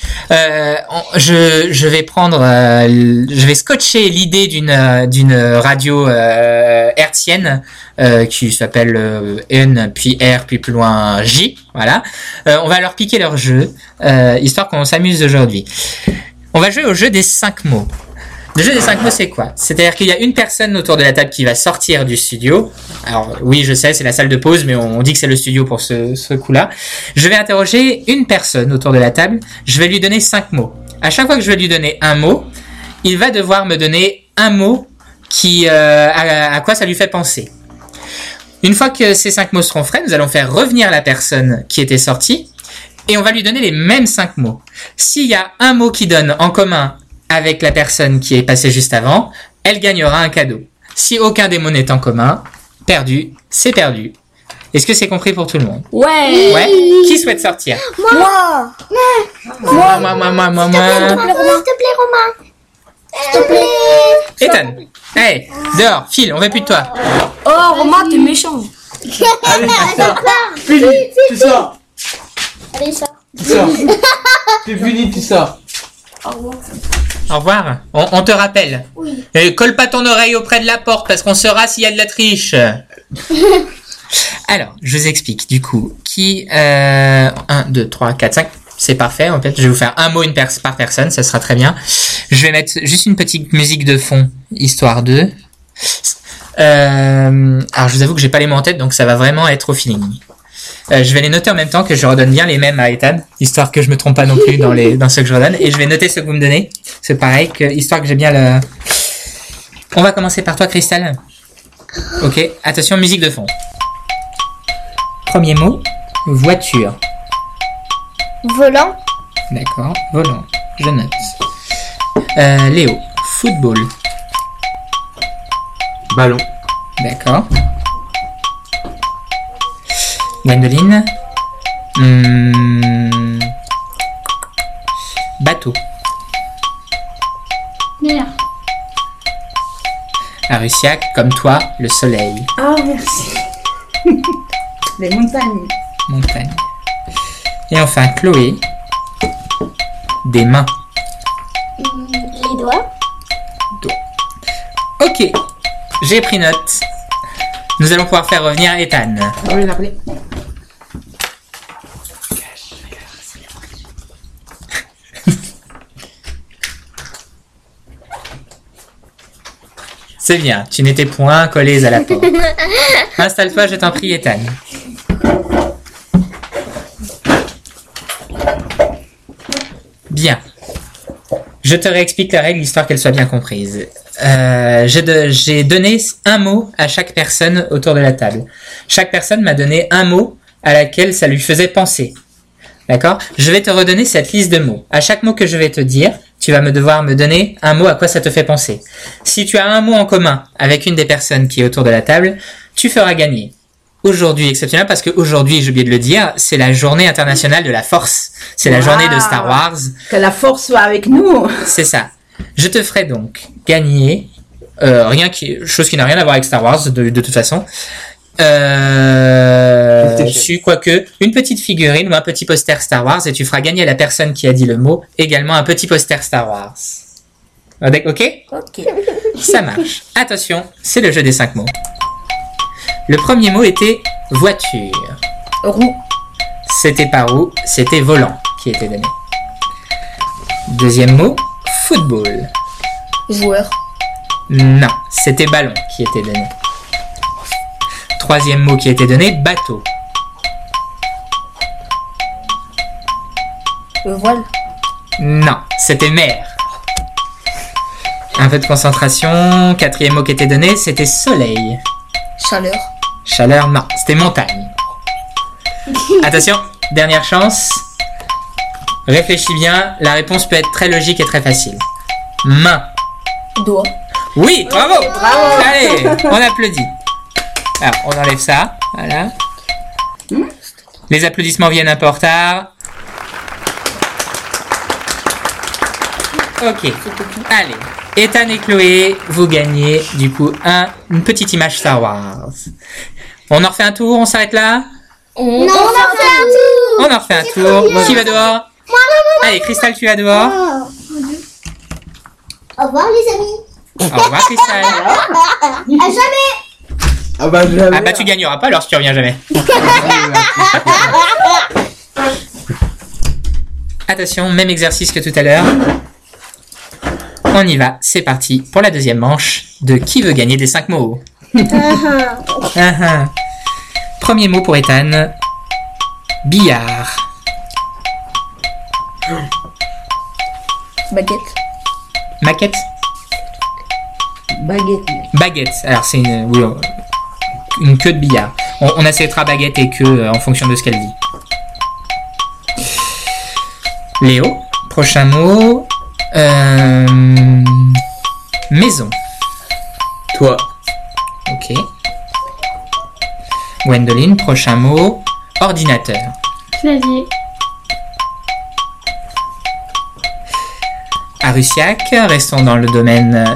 S3: Je vais prendre, je vais scotcher l'idée d'une radio hertzienne qui s'appelle N puis R puis plus loin J. Voilà. On va leur piquer leur jeu, histoire qu'on s'amuse aujourd'hui. On va jouer au jeu des 5 mots. Le jeu des 5 mots, c'est quoi? C'est-à-dire qu'il y a une personne autour de la table qui va sortir du studio. Alors, oui, je sais, c'est la salle de pause, mais on dit que c'est le studio pour ce coup-là. Je vais interroger une personne autour de la table. Je vais lui donner 5 mots. À chaque fois que je vais lui donner un mot, il va devoir me donner un mot qui, à quoi ça lui fait penser. Une fois que ces 5 mots seront faits, nous allons faire revenir la personne qui était sortie et on va lui donner les mêmes 5 mots. S'il y a un mot qui donne en commun avec la personne qui est passée juste avant, elle gagnera un cadeau. Si aucun des mots n'est en commun, perdu, c'est perdu. Est-ce que c'est compris pour tout le monde?
S4: Ouais.
S3: Ouais. Qui souhaite sortir?
S4: Moi.
S3: Moi.
S6: S'il te plaît, Romain. S'il te plaît.
S3: Ethan. Hey, dehors, file, on veut plus de toi.
S4: Oh, Romain, t'es méchant.
S7: Allez, tu sors. Fini, tu sors.
S6: Allez, sors.
S7: Tu sors. C'est fini, tu sors.
S3: Au revoir. On te rappelle. Oui. Et colle pas ton oreille auprès de la porte parce qu'on saura s'il y a de la triche. Alors, je vous explique du coup. 1, 2, 3, 4, 5. C'est parfait. En fait, je vais vous faire un mot par personne. Ça sera très bien. Je vais mettre juste une petite musique de fond, histoire de... alors, je vous avoue que j'ai pas les mots en tête, donc ça va vraiment être au feeling. Je vais les noter en même temps que je redonne bien les mêmes à Ethan, histoire que je me trompe pas non plus dans ceux que je redonne. Et je vais noter ceux que vous me donnez. C'est pareil, histoire que j'ai bien le... On va commencer par toi, Cristal. Ok, attention, musique de fond. Premier mot, voiture.
S6: Volant.
S3: D'accord, volant, je note. Léo, football.
S7: Ballon.
S3: D'accord. Gwendoline. Bateau.
S5: Mer.
S3: Arusiak, comme toi, le soleil.
S9: Ah, merci. Les montagnes.
S3: Montagne. Et enfin, Chloé. Des mains.
S6: Les doigts.
S3: Ok, j'ai pris note. Nous allons pouvoir faire revenir Ethan.
S9: On va l'appeler.
S3: C'est bien, tu n'étais point collés à la porte. Installe-toi, je t'en prie, Ethan. Bien. Je te réexplique la règle, histoire qu'elle soit bien comprise. J'ai donné un mot à chaque personne autour de la table. Chaque personne m'a donné un mot à laquelle ça lui faisait penser. D'accord? Je vais te redonner cette liste de mots. À chaque mot que je vais te dire, tu vas devoir me donner un mot à quoi ça te fait penser. Si tu as un mot en commun avec une des personnes qui est autour de la table, tu feras gagner. aujourd'hui exceptionnel parce qu'aujourd'hui, j'ai oublié de le dire, c'est la journée internationale de la force. C'est la journée de Star Wars.
S9: Que la force soit avec nous.
S3: C'est ça. Je te ferai donc gagner, chose qui n'a rien à voir avec Star Wars de toute façon. Quoique, une petite figurine ou un petit poster Star Wars et tu feras gagner à la personne qui a dit le mot également un petit poster Star Wars. Ok?
S4: Ok.
S3: Ça marche. Attention, c'est le jeu des 5 mots. Le premier mot était voiture.
S4: Roue.
S3: C'était pas roue, c'était volant qui était donné. Deuxième mot, football.
S4: Joueur.
S3: Non, c'était ballon qui était donné. Troisième mot qui était donné, bateau.
S4: Voile.
S3: Non, c'était mer. Un peu de concentration. Quatrième mot qui était donné, c'était soleil.
S4: Chaleur.
S3: Chaleur, non, c'était montagne. Attention, dernière chance. Réfléchis bien, la réponse peut être très logique et très facile. Main.
S4: Doigt.
S3: Oui, bravo. Allez, on applaudit. Alors, on enlève ça, voilà. Les applaudissements viennent un peu en retard. Ok, allez. Ethan et Chloé, vous gagnez du coup une petite image Star Wars. On en refait un tour, on s'arrête là?
S6: Non, on en fait un tour.
S3: On en refait un tour. Qui va dehors?
S6: Moi.
S3: Allez, Crystal, tu vas dehors.
S6: Au revoir les amis.
S3: Au revoir, Crystal.
S6: À jamais.
S7: Ah bah jamais.
S3: Ah bah tu gagneras pas alors si tu reviens jamais. Attention, même exercice que tout à l'heure. On y va, c'est parti pour la deuxième manche de Qui veut gagner des 5 mots. Premier mot pour Ethan. Billard.
S4: Baguette.
S3: Maquette.
S9: Baguette.
S3: Baguette. Alors c'est une queue de billard. On acceptera baguette et queue en fonction de ce qu'elle dit. Léo, prochain mot. Maison.
S7: Toi.
S3: Ok. Gwendoline, prochain mot. Ordinateur.
S5: Clavier.
S3: Arusiac, restons dans le domaine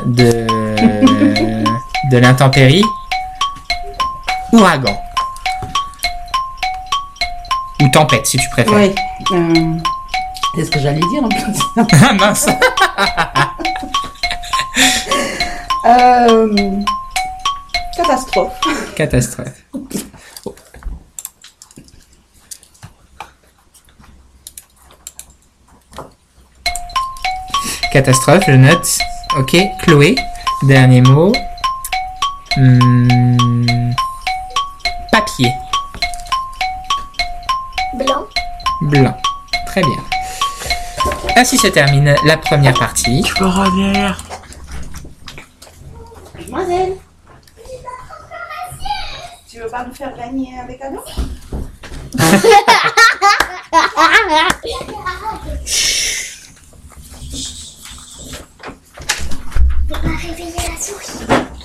S3: de l'intempérie. Ouragan. Ou tempête, si tu préfères.
S9: Oui. C'est ce que j'allais dire en plus.
S3: Ah mince.
S9: Catastrophe.
S3: Catastrophe. Catastrophe, je note. Ok, Chloé, dernier mot. Papier.
S6: Blanc.
S3: Blanc. Très bien. Ainsi se termine la première partie.
S7: Tu peux revenir.
S9: Mademoiselle. Tu veux pas nous faire gagner avec cadeau?
S6: Faut pas réveiller la souris.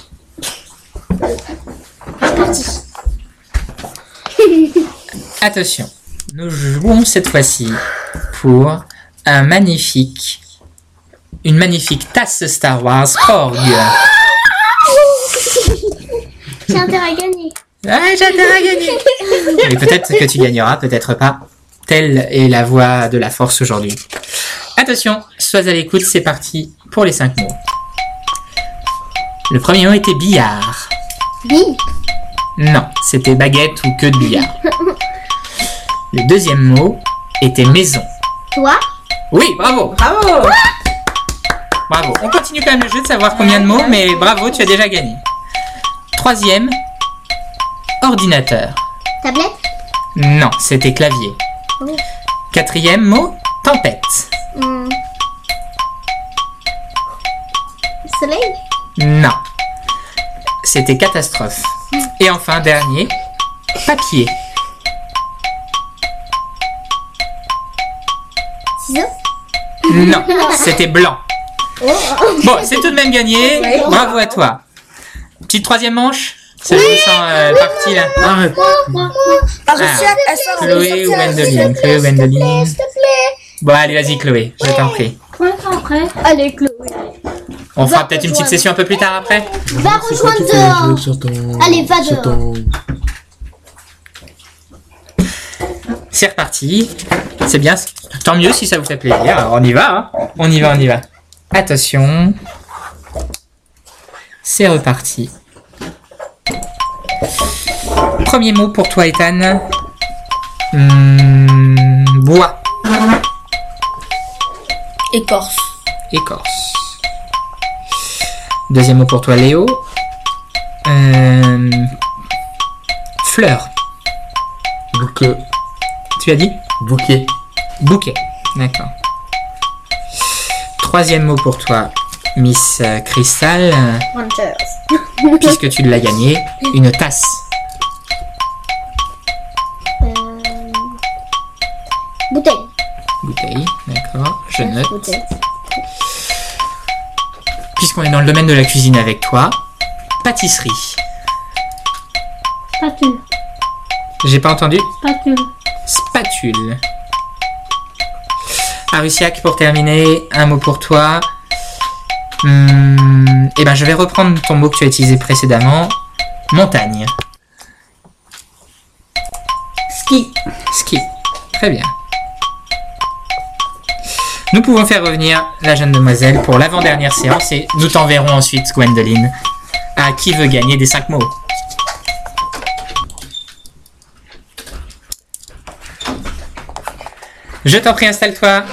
S3: Attention, nous jouons cette fois-ci pour une magnifique tasse Star Wars Korg.
S6: J'ai intérêt à gagner.
S3: Ah, j'ai intérêt à gagner. Mais peut-être que tu gagneras, peut-être pas. Telle est la voie de la force aujourd'hui. Attention, sois à l'écoute, c'est parti pour les 5 mots. Le premier mot était billard.
S6: Oui.
S3: Non, c'était baguette ou queue de billard. Le deuxième mot était maison.
S6: Toi.
S3: Oui, bravo.
S9: Bravo.
S3: Bravo. On continue quand même le jeu de savoir combien de mots, mais bravo, tu as déjà gagné. Troisième, ordinateur.
S6: Tablette.
S3: Non, c'était clavier.
S6: Oh.
S3: Quatrième mot, tempête.
S6: Soleil.
S3: Non, c'était catastrophe. Et enfin, dernier, papier.
S6: Ciseaux.
S3: Non, c'était blanc. Bon, c'est tout de même gagné. Bravo à toi. Petite troisième manche. C'est qui sont partis là.
S7: Arrête.
S3: Chloé ou Gwendoline. Chloé ou Gwendoline. Bon, allez, vas-y, Chloé, je t'en prie.
S5: Ouais, après.
S6: Allez, Chloé.
S3: On fera peut-être une petite session un peu plus tard après.
S6: Va rejoindre dehors. Allez, va dehors.
S3: C'est reparti. C'est bien. Tant mieux si ça vous fait plaisir. Alors, on y va, hein. On y va. Attention. C'est reparti. Premier mot pour toi, Ethan. Bois.
S4: Écorce.
S3: Écorce. Deuxième mot pour toi, Léo. Fleur.
S7: Bouquet.
S3: Tu as dit
S7: Bouquet.
S3: Bouquet. D'accord. Troisième mot pour toi, Miss Crystal.
S6: Rangers.
S3: Puisque tu l'as gagné, une tasse.
S6: Bouteille.
S3: Bouteille, d'accord, je note.
S6: Bouteille.
S3: Puisqu'on est dans le domaine de la cuisine avec toi, pâtisserie.
S5: Spatule.
S3: J'ai pas entendu.
S5: Spatule.
S3: Spatule. Arusiak, pour terminer, un mot pour toi. Eh ben, je vais reprendre ton mot que tu as utilisé précédemment. Montagne.
S9: Ski.
S3: Ski. Très bien. Nous pouvons faire revenir la jeune demoiselle pour l'avant-dernière séance et nous t'enverrons ensuite, Gwendoline, à qui veut gagner des 5 mots. Je t'en prie, installe-toi.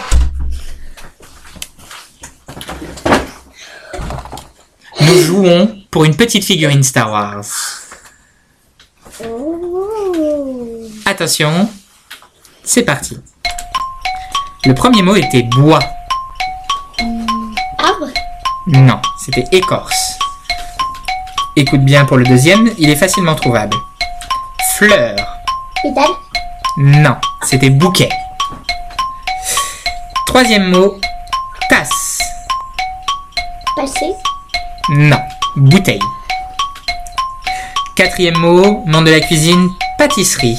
S3: Nous jouons pour une petite figurine Star Wars. Attention, c'est parti. Le premier mot était bois.
S6: Arbre.
S3: Non, c'était écorce. Écoute bien pour le deuxième, il est facilement trouvable. Fleur.
S6: Pétale.
S3: Non, c'était bouquet. Troisième mot, tasse.
S6: Passé.
S3: Non, bouteille. Quatrième mot, nom de la cuisine, pâtisserie.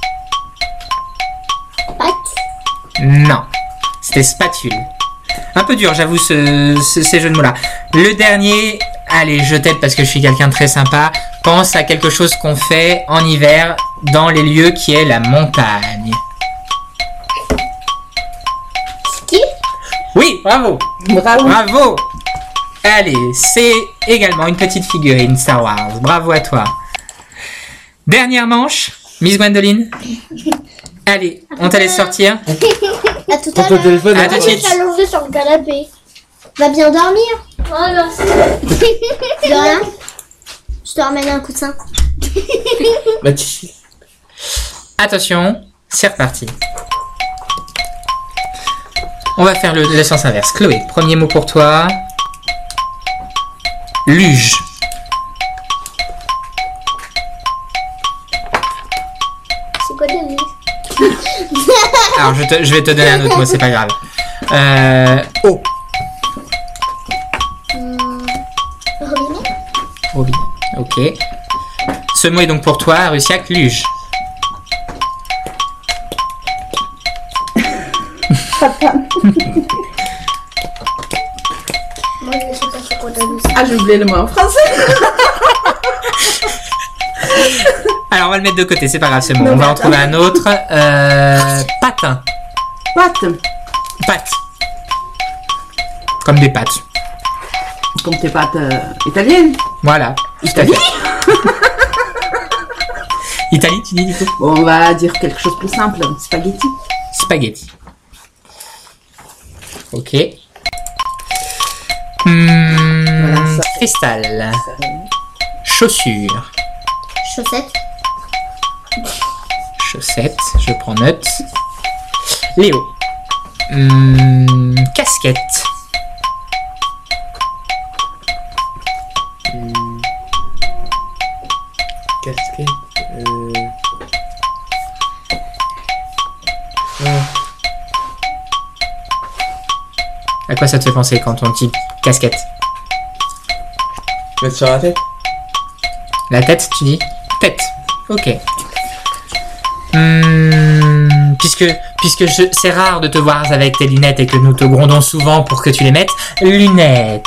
S6: Pâte.
S3: Non, c'était spatule. Un peu dur, j'avoue, ces jeux de mots-là. Le dernier, allez, je t'aide parce que je suis quelqu'un de très sympa. Pense à quelque chose qu'on fait en hiver dans les lieux qui est la montagne.
S6: Ski.
S3: Oui, bravo.
S9: Bravo.
S3: Bravo. Allez, c'est également une petite figurine Star Wars. Bravo à toi. Dernière manche, Miss Gwendoline. Allez, on te laisse sortir.
S6: À tout
S7: Prends
S6: à
S7: ton
S6: l'heure.
S7: téléphone.
S3: À tout de
S6: Je
S3: suite.
S6: suis allongée sur le canapé. Va bien dormir.
S5: Oh, merci.
S6: De rien. Je te ramène un coussin.
S7: Mathis.
S3: Attention, c'est reparti. On va faire le sens inverse. Chloé, premier mot pour toi. Luge.
S6: C'est quoi de lui?
S3: Alors, je vais te donner un autre mot, c'est pas grave. Eau.
S6: Robinet.
S3: Robinet. Ok. Ce mot est donc pour toi, Rusiak, luge.
S6: Moi, je sais pas c'est quoi de lui.
S9: Ah, j'ai oublié le mot en français.
S3: Alors, on va le mettre de côté, c'est pas grave, c'est bon. On va en trouver un autre. Patin.
S9: Pâte.
S3: Pâte. Comme des pâtes.
S9: Comme tes pâtes italiennes.
S3: Voilà. Tout à fait. Italie, tu dis du coup?
S9: Bon, on va dire quelque chose de plus simple. Spaghetti.
S3: Spaghetti. Ok.
S9: Voilà, ça.
S3: Cristal. Chaussures.
S6: Chaussette.
S3: Chaussettes, je prends note. Léo. Casquette.
S7: Casquette.
S3: À quoi ça te fait penser quand on dit casquette?
S7: Mettre sur la tête.
S3: La tête, tu dis? Tête. Ok. Puisque c'est rare de te voir avec tes lunettes et que nous te grondons souvent pour que tu les mettes, lunettes.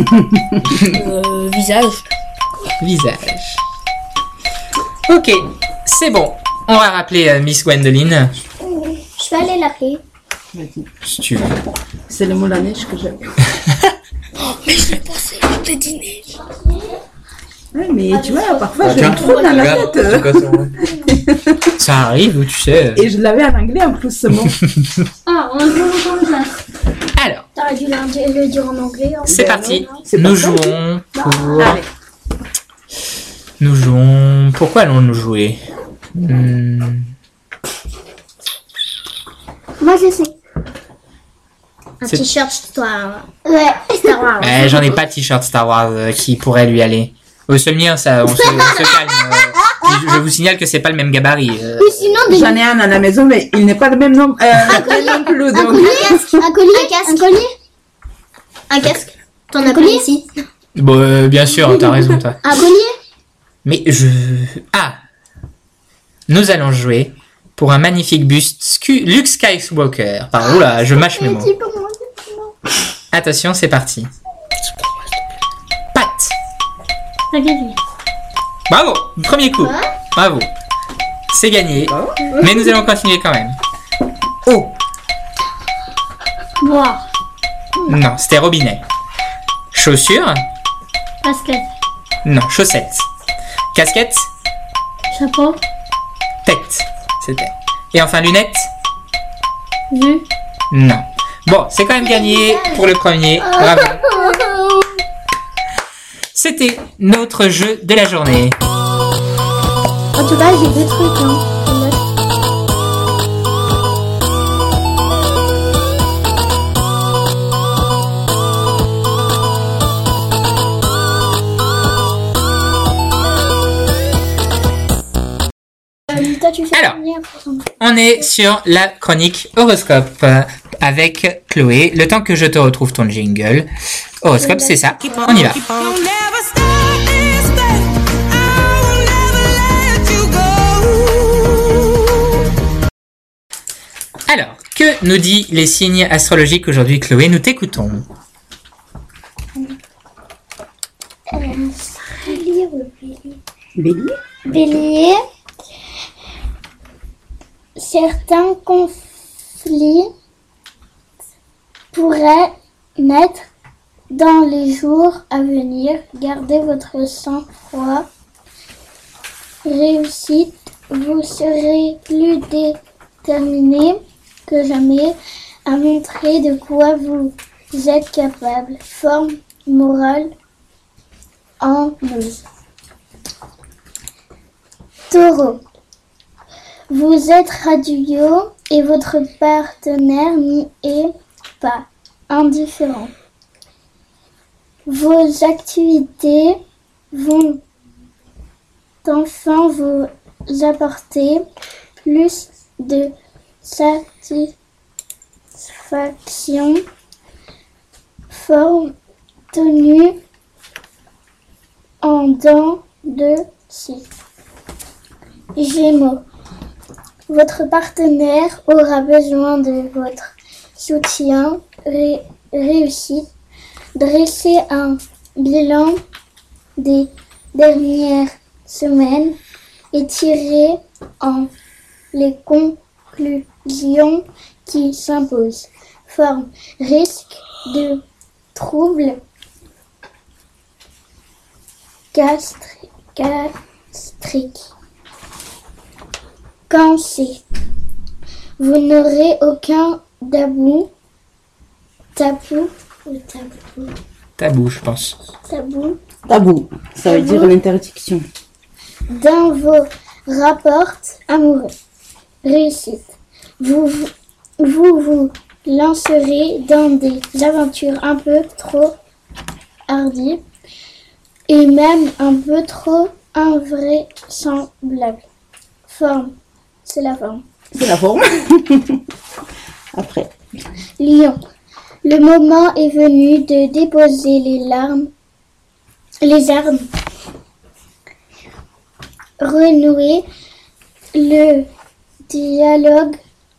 S4: Visage.
S3: Visage. Ok, c'est bon. On va rappeler Miss Gwendoline.
S6: Je vais aller l'appeler.
S9: Vas-y.
S3: Si tu veux.
S9: C'est le mot la neige que j'ai.
S4: Mais je l'ai pensé, je t'ai dit neige.
S9: Ouais, mais tu vois, parfois je
S7: tiens,
S9: me trompe dans la
S7: regarde,
S9: tête.
S7: c'est quoi ça, ouais.
S3: Ça arrive, tu sais.
S9: Et je l'avais en anglais en plus ce mot.
S5: Ah, on joue en classe.
S3: Alors,
S6: T'aurais dû le dire en anglais. Hein.
S3: c'est parti.
S9: C'est
S3: Nous
S9: pas ça.
S3: jouons pour...
S9: Allez.
S3: Nous jouons... Pourquoi allons-nous jouer
S6: Moi, je sais. Un
S3: C'est-
S6: t-shirt Star Wars.
S3: J'en ai pas de t-shirt Star Wars qui pourrait lui aller. C'est le mien, ça, on se calme. Je vous signale que c'est pas le même gabarit.
S6: Ou sinon, des...
S9: J'en ai un à la maison, mais il n'est pas le même nom. Non plus,
S6: un
S9: donc.
S6: collier, un casque, un collier, un casque. T'en as pas ici.
S3: Bon, bien sûr, t'as raison, toi.
S6: Un collier.
S3: Mais Ah, nous allons jouer pour un magnifique buste Luke Skywalker. Pardon, oula, je mâche mes mots. Attention, c'est parti. Pat.
S5: T'as gagné.
S3: Bravo, premier coup. Bravo. C'est gagné. Mais nous allons continuer quand même. Oh,
S5: Boire.
S3: non, c'était robinet. Chaussures.
S5: Basket.
S3: Non, chaussettes. Casquette.
S5: Chapeau.
S3: Tête. C'était. Et enfin, lunettes.
S5: Vue.
S3: Non. Bon, c'est quand même gagné pour le premier. Bravo. C'était notre jeu de la journée.
S6: En tout cas, j'ai deux trucs. Hein. Toi, tu fais
S3: Alors.
S6: combien
S3: On est sur la chronique horoscope avec Chloé. Le temps que je te retrouve ton jingle. Horoscope, c'est ça. On y va. Alors, que nous dit les signes astrologiques aujourd'hui, Chloé? Nous t'écoutons.
S9: Bélier.
S6: Bélier, certains conflits pourraient naître dans les jours à venir. Gardez votre sang-froid. Réussite, vous serez plus déterminé que jamais à montrer de quoi vous êtes capable. Forme morale en mise. Taureau, vous êtes radieux et votre partenaire n'y est pas indifférent. Vos activités vont enfin vous apporter plus de satisfaction. Forme tenue en dents de scie. Gémeaux, votre partenaire aura besoin de votre soutien. Réussite, dressez un bilan des dernières semaines et tirez en les conclusions qui s'imposent. Forme, risque de troubles gastriques. Cancer, vous n'aurez aucun tabou,
S3: Tabou, je pense.
S9: Tabou. Ça veut dire l'interdiction.
S6: dans vos rapports amoureux. Réussite, vous lancerez dans des aventures un peu trop hardies et même un peu trop invraisemblables. Forme, c'est la forme.
S9: C'est la forme. Après.
S6: Lion, le moment est venu de déposer les armes renouer le dialogue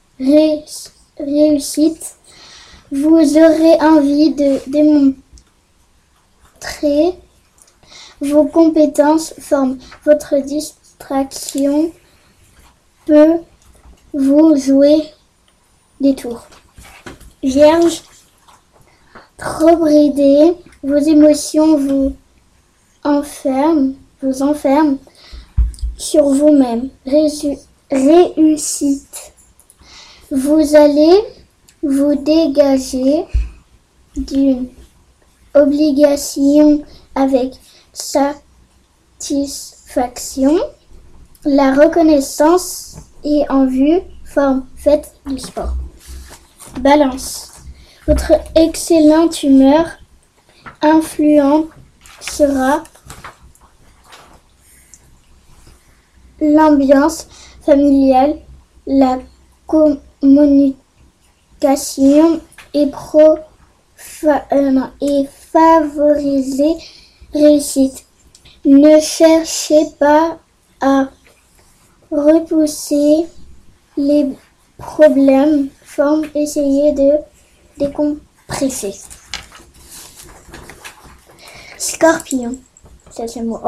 S6: réussite. Vous aurez envie de démontrer vos compétences. Forme. Votre distraction peut vous jouer des tours. Vierge, trop bridé, vos émotions vous enferment sur vous-même. Réussite. Vous allez vous dégager d'une obligation avec satisfaction. La reconnaissance est en vue. Forme. Faites du sport. Balance. Votre excellente humeur influencera l'ambiance familiale, la communication et favoriser réussite. Ne cherchez pas à repousser les problèmes. Forme. Essayez de décompresser. Scorpion. Ça c'est moi.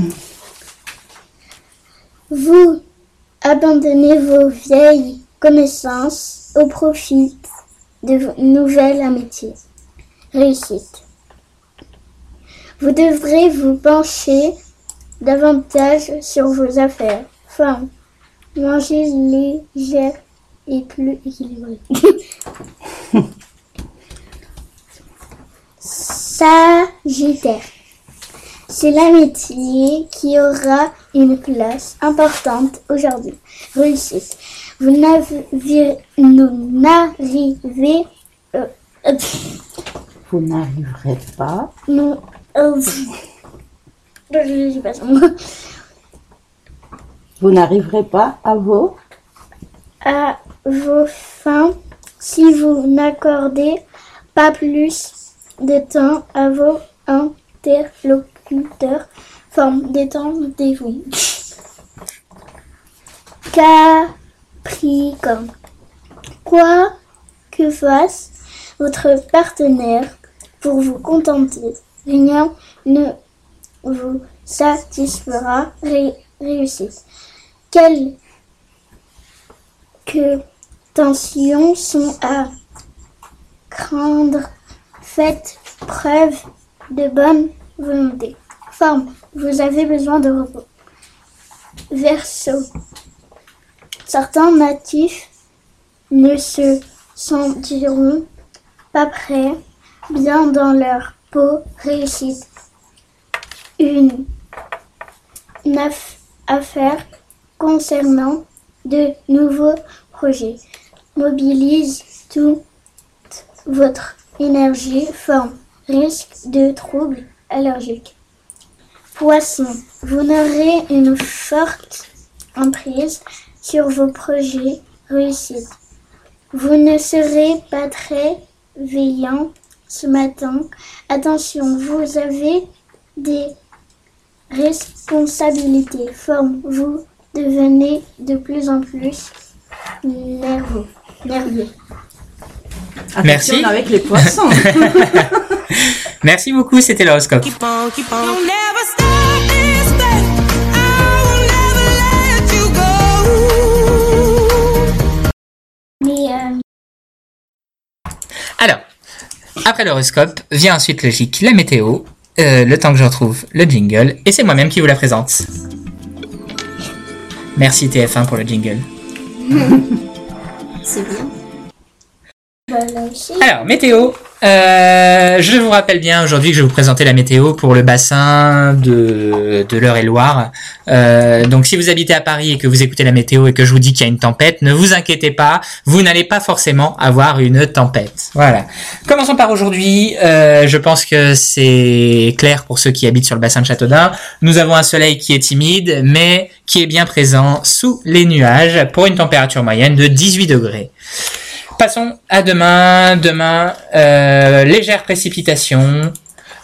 S6: Vous abandonnez vos vieilles connaissances au profit de vos nouvelles amitiés. Réussite. Vous devrez vous pencher davantage sur vos affaires. Forme. Manger léger et plus équilibré. Sagittaire. C'est l'amitié qui aura une place importante aujourd'hui. Réussite. Vous n'arriverez
S9: pas.
S6: Non. Je sais pas son mot.
S9: Vous n'arriverez pas à vos
S6: fins si vous n'accordez pas plus de temps à vos interlocuteurs. Forme. Détendez-vous. Capricorne. Quoi que fasse votre partenaire pour vous contenter, rien ne vous satisfera. Réussite. Quelques tensions sont à craindre. Faites preuve de bonne volonté. Forme. Vous avez besoin de repos. Verseau. Certains natifs ne se sentiront pas prêts, bien dans leur peau. Réussite. Une affaire concernant de nouveaux projets. Mobilise toute votre énergie. Forme. Risque de troubles allergiques. Poisson. Vous n'aurez une forte emprise sur vos projets. Réussite. Vous ne serez pas très veillant ce matin. Attention, vous avez des responsabilités. Forme. Vous devenez de plus en plus nerveux.
S3: Merci.
S9: Attention avec les poissons.
S3: Merci beaucoup, c'était l'horoscope. Alors, après l'horoscope, vient ensuite logique la météo, le temps que je retrouve le jingle, et c'est moi-même qui vous la présente. Merci TF1 pour le jingle.
S6: C'est bien.
S3: Alors, météo. Je vous rappelle bien aujourd'hui que je vais vous présenter la météo pour le bassin de l'Eure-et-Loire. Donc, si vous habitez à Paris et que vous écoutez la météo et que je vous dis qu'il y a une tempête, ne vous inquiétez pas, vous n'allez pas forcément avoir une tempête. Voilà. Commençons par aujourd'hui. Je pense que c'est clair pour ceux qui habitent sur le bassin de Châteaudun. Nous avons un soleil qui est timide, mais qui est bien présent sous les nuages pour une température moyenne de 18 degrés. Passons à demain. Légère précipitation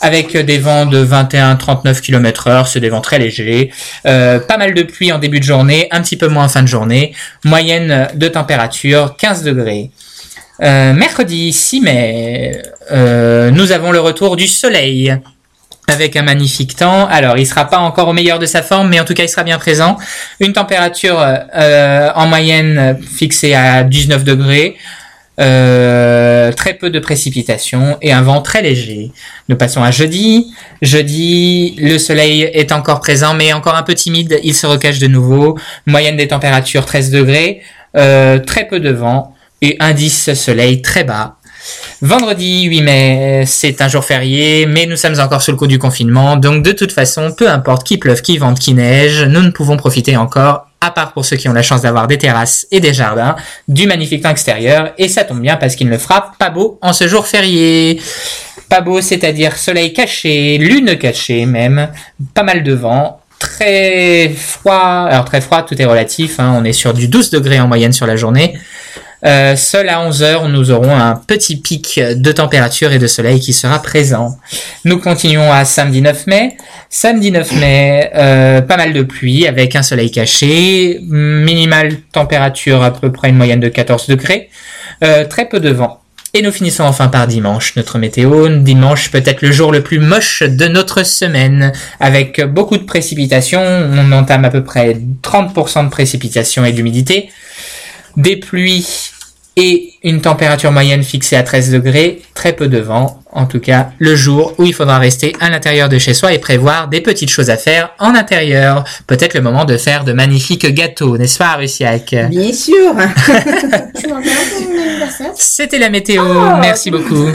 S3: avec des vents de 21-39 km/h, c'est des vents très légers. Pas mal de pluie en début de journée, un petit peu moins en fin de journée. Moyenne de température 15 degrés. Mercredi 6 mai, nous avons le retour du soleil avec un magnifique temps. Alors, il sera pas encore au meilleur de sa forme, mais en tout cas, il sera bien présent. Une température en moyenne fixée à 19 degrés. Très peu de précipitations et un vent très léger. Nous passons à jeudi. Jeudi, le soleil est encore présent, mais encore un peu timide. Il se recache de nouveau. Moyenne des températures 13 degrés. Très peu de vent et indice soleil très bas. Vendredi 8 mai, c'est un jour férié, mais nous sommes encore sous le coup du confinement, donc de toute façon, peu importe qu'il pleuve, qu'il vente, qu'il neige, nous ne pouvons profiter encore, à part pour ceux qui ont la chance d'avoir des terrasses et des jardins, du magnifique temps extérieur, et ça tombe bien parce qu'il ne fera pas beau en ce jour férié. Pas beau, c'est-à-dire soleil caché, lune cachée même, pas mal de vent, très froid, alors très froid, tout est relatif, hein, on est sur du 12 degrés en moyenne sur la journée. Seul à 11h, nous aurons un petit pic de température et de soleil qui sera présent. Nous continuons à samedi 9 mai. Samedi 9 mai, pas mal de pluie avec un soleil caché. Minimale température à peu près une moyenne de 14 degrés. Très peu de vent. Et nous finissons enfin par dimanche, notre météo. Dimanche, peut-être le jour le plus moche de notre semaine, avec beaucoup de précipitations. On entame à peu près 30% de précipitations et d'humidité. Des pluies et une température moyenne fixée à 13 degrés, très peu de vent, en tout cas le jour où il faudra rester à l'intérieur de chez soi et prévoir des petites choses à faire en intérieur. Peut-être le moment de faire de magnifiques gâteaux, n'est-ce pas Rusiak?
S9: Bien sûr.
S6: Tu m'en parles pour mon anniversaire?
S3: C'était la météo, merci beaucoup.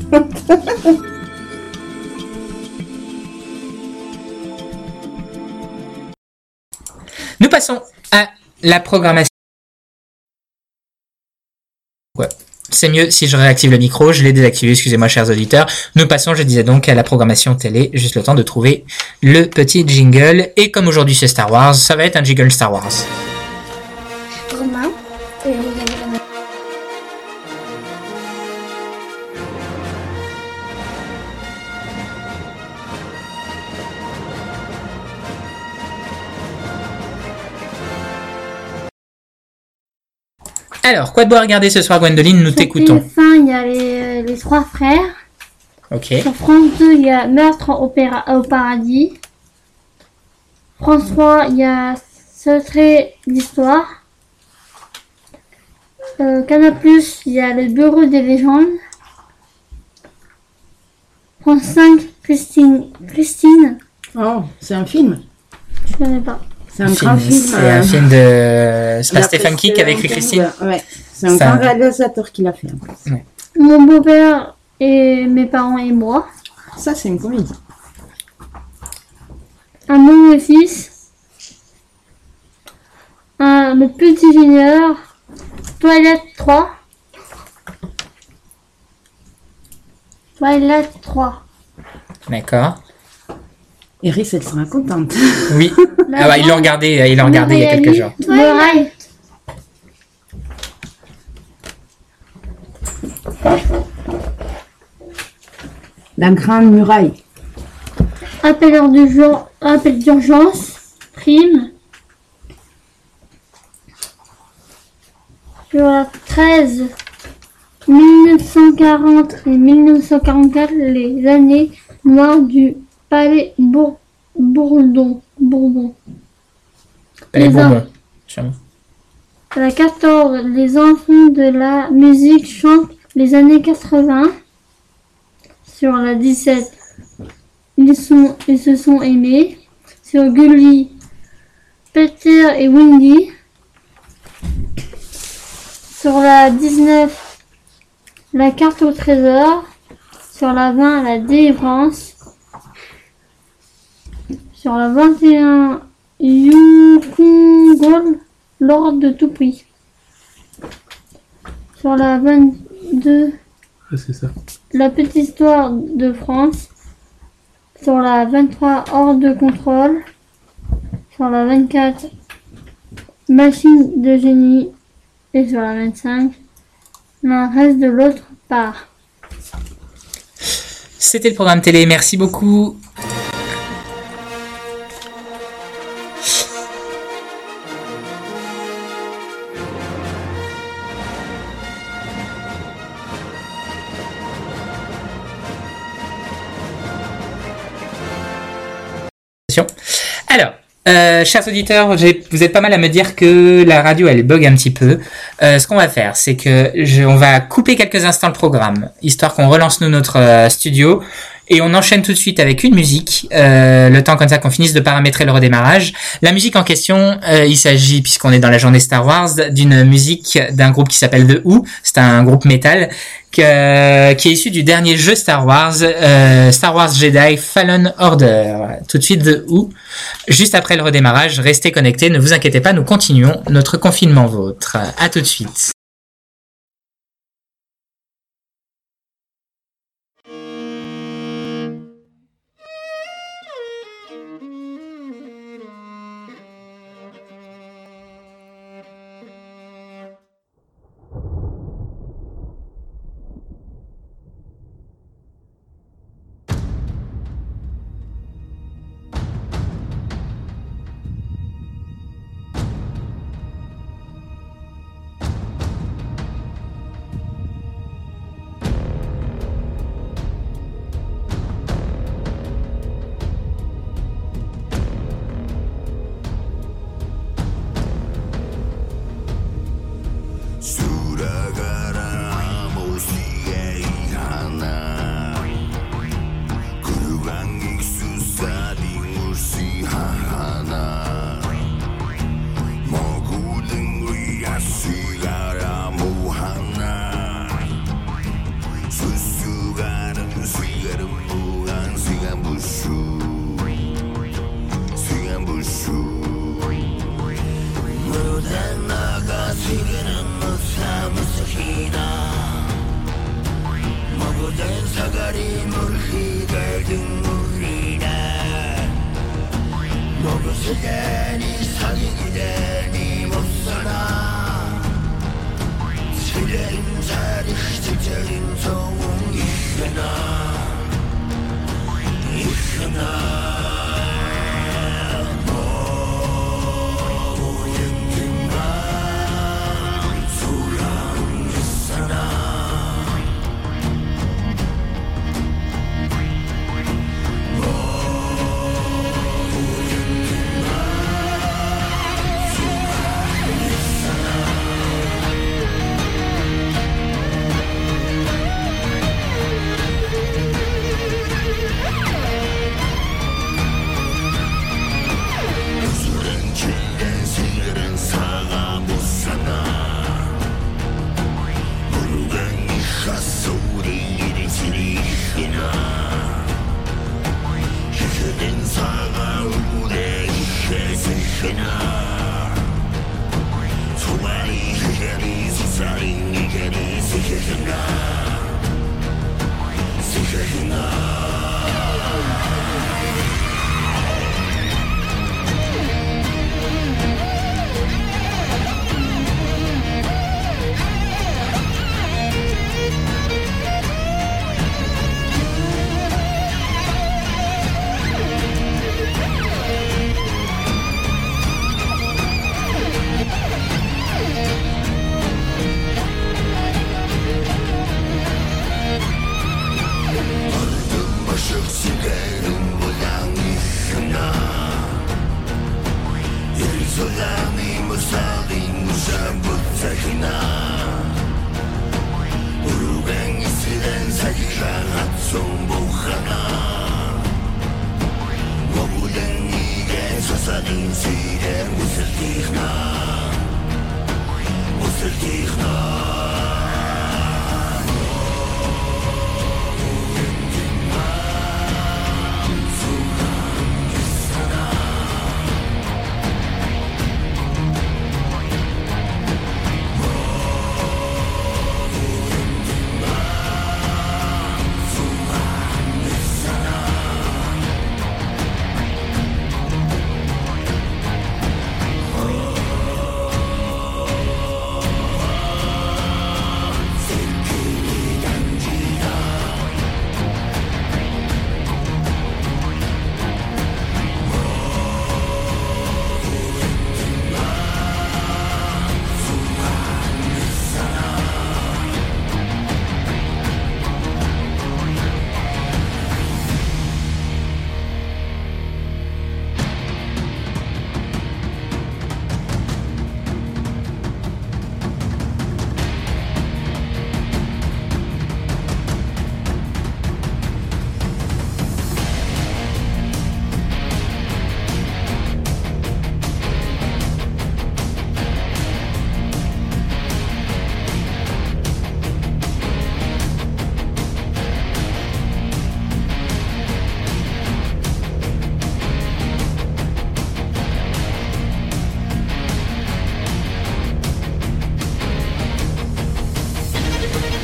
S3: Nous passons à la programmation. Ouais. C'est mieux si je réactive le micro, je l'ai désactivé, excusez-moi chers auditeurs. Nous passons, je disais donc, à la programmation télé, juste le temps de trouver le petit jingle. Et comme aujourd'hui c'est Star Wars, ça va être un jingle Star Wars.
S6: Romain,
S3: Alors, quoi de beau à regarder ce soir Gwendoline, nous t'écoutons.
S5: Sur TF1, il y a les trois frères.
S3: Ok.
S5: Sur France 2, il y a Meurtre au paradis. France 3, il y a Secret d'histoire. Canal+, il y a Le Bureau des légendes. France 5, Christine.
S9: Oh, c'est un film.
S5: Je connais pas.
S9: C'est un grand film.
S3: C'est un film de... C'est pas Stephen King qui avait écrit Christine?
S9: Ouais, c'est un grand réalisateur qui l'a fait. En plus.
S3: Ouais.
S5: Mon beau-père et mes parents et moi.
S9: Ça, c'est une comédie.
S5: Un mon fils. Le petit junior. Toilette 3. Toilette 3.
S3: D'accord.
S9: Iris, elle sera contente.
S3: Oui. Ah bah, il l'a regardé il y a quelques jours.
S5: Le rail.
S9: La Grande Muraille.
S5: Appel d'urgence. Prime. Sur la 13. 1940 et 1944, les années noires du Palais Bourbon.
S3: Palais
S5: Les
S3: Bourbon. Sûrement.
S5: À la 14, les enfants de la musique chantent les années 80. Sur la 17, ils se sont aimés. Sur Gulli, Peter et Wendy. Sur la 19, la carte au trésor. Sur la 20, la délivrance. Sur la 21, Yukon l'ordre de tout prix. Sur la 22,
S7: C'est ça.
S5: la petite histoire de France. Sur la 23, hors de contrôle. Sur la 24, machine de génie. Et sur la 25, l'un reste de l'autre part.
S3: c'était le programme télé. Merci beaucoup. Alors, chers auditeurs, vous êtes pas mal à me dire que la radio elle bug un petit peu. Ce qu'on va faire, c'est que on va couper quelques instants le programme, histoire qu'on relance nous notre studio et on enchaîne tout de suite avec une musique. Le temps comme ça qu'on finisse de paramétrer le redémarrage. La musique en question, il s'agit, puisqu'on est dans la journée Star Wars, d'une musique d'un groupe qui s'appelle The Who. C'est un groupe métal qui est issu du dernier jeu Star Wars, Star Wars Jedi Fallen Order. Tout de suite The Who. Juste après le redémarrage, restez connectés, ne vous inquiétez pas, nous continuons notre confinement vôtre. À tout de suite.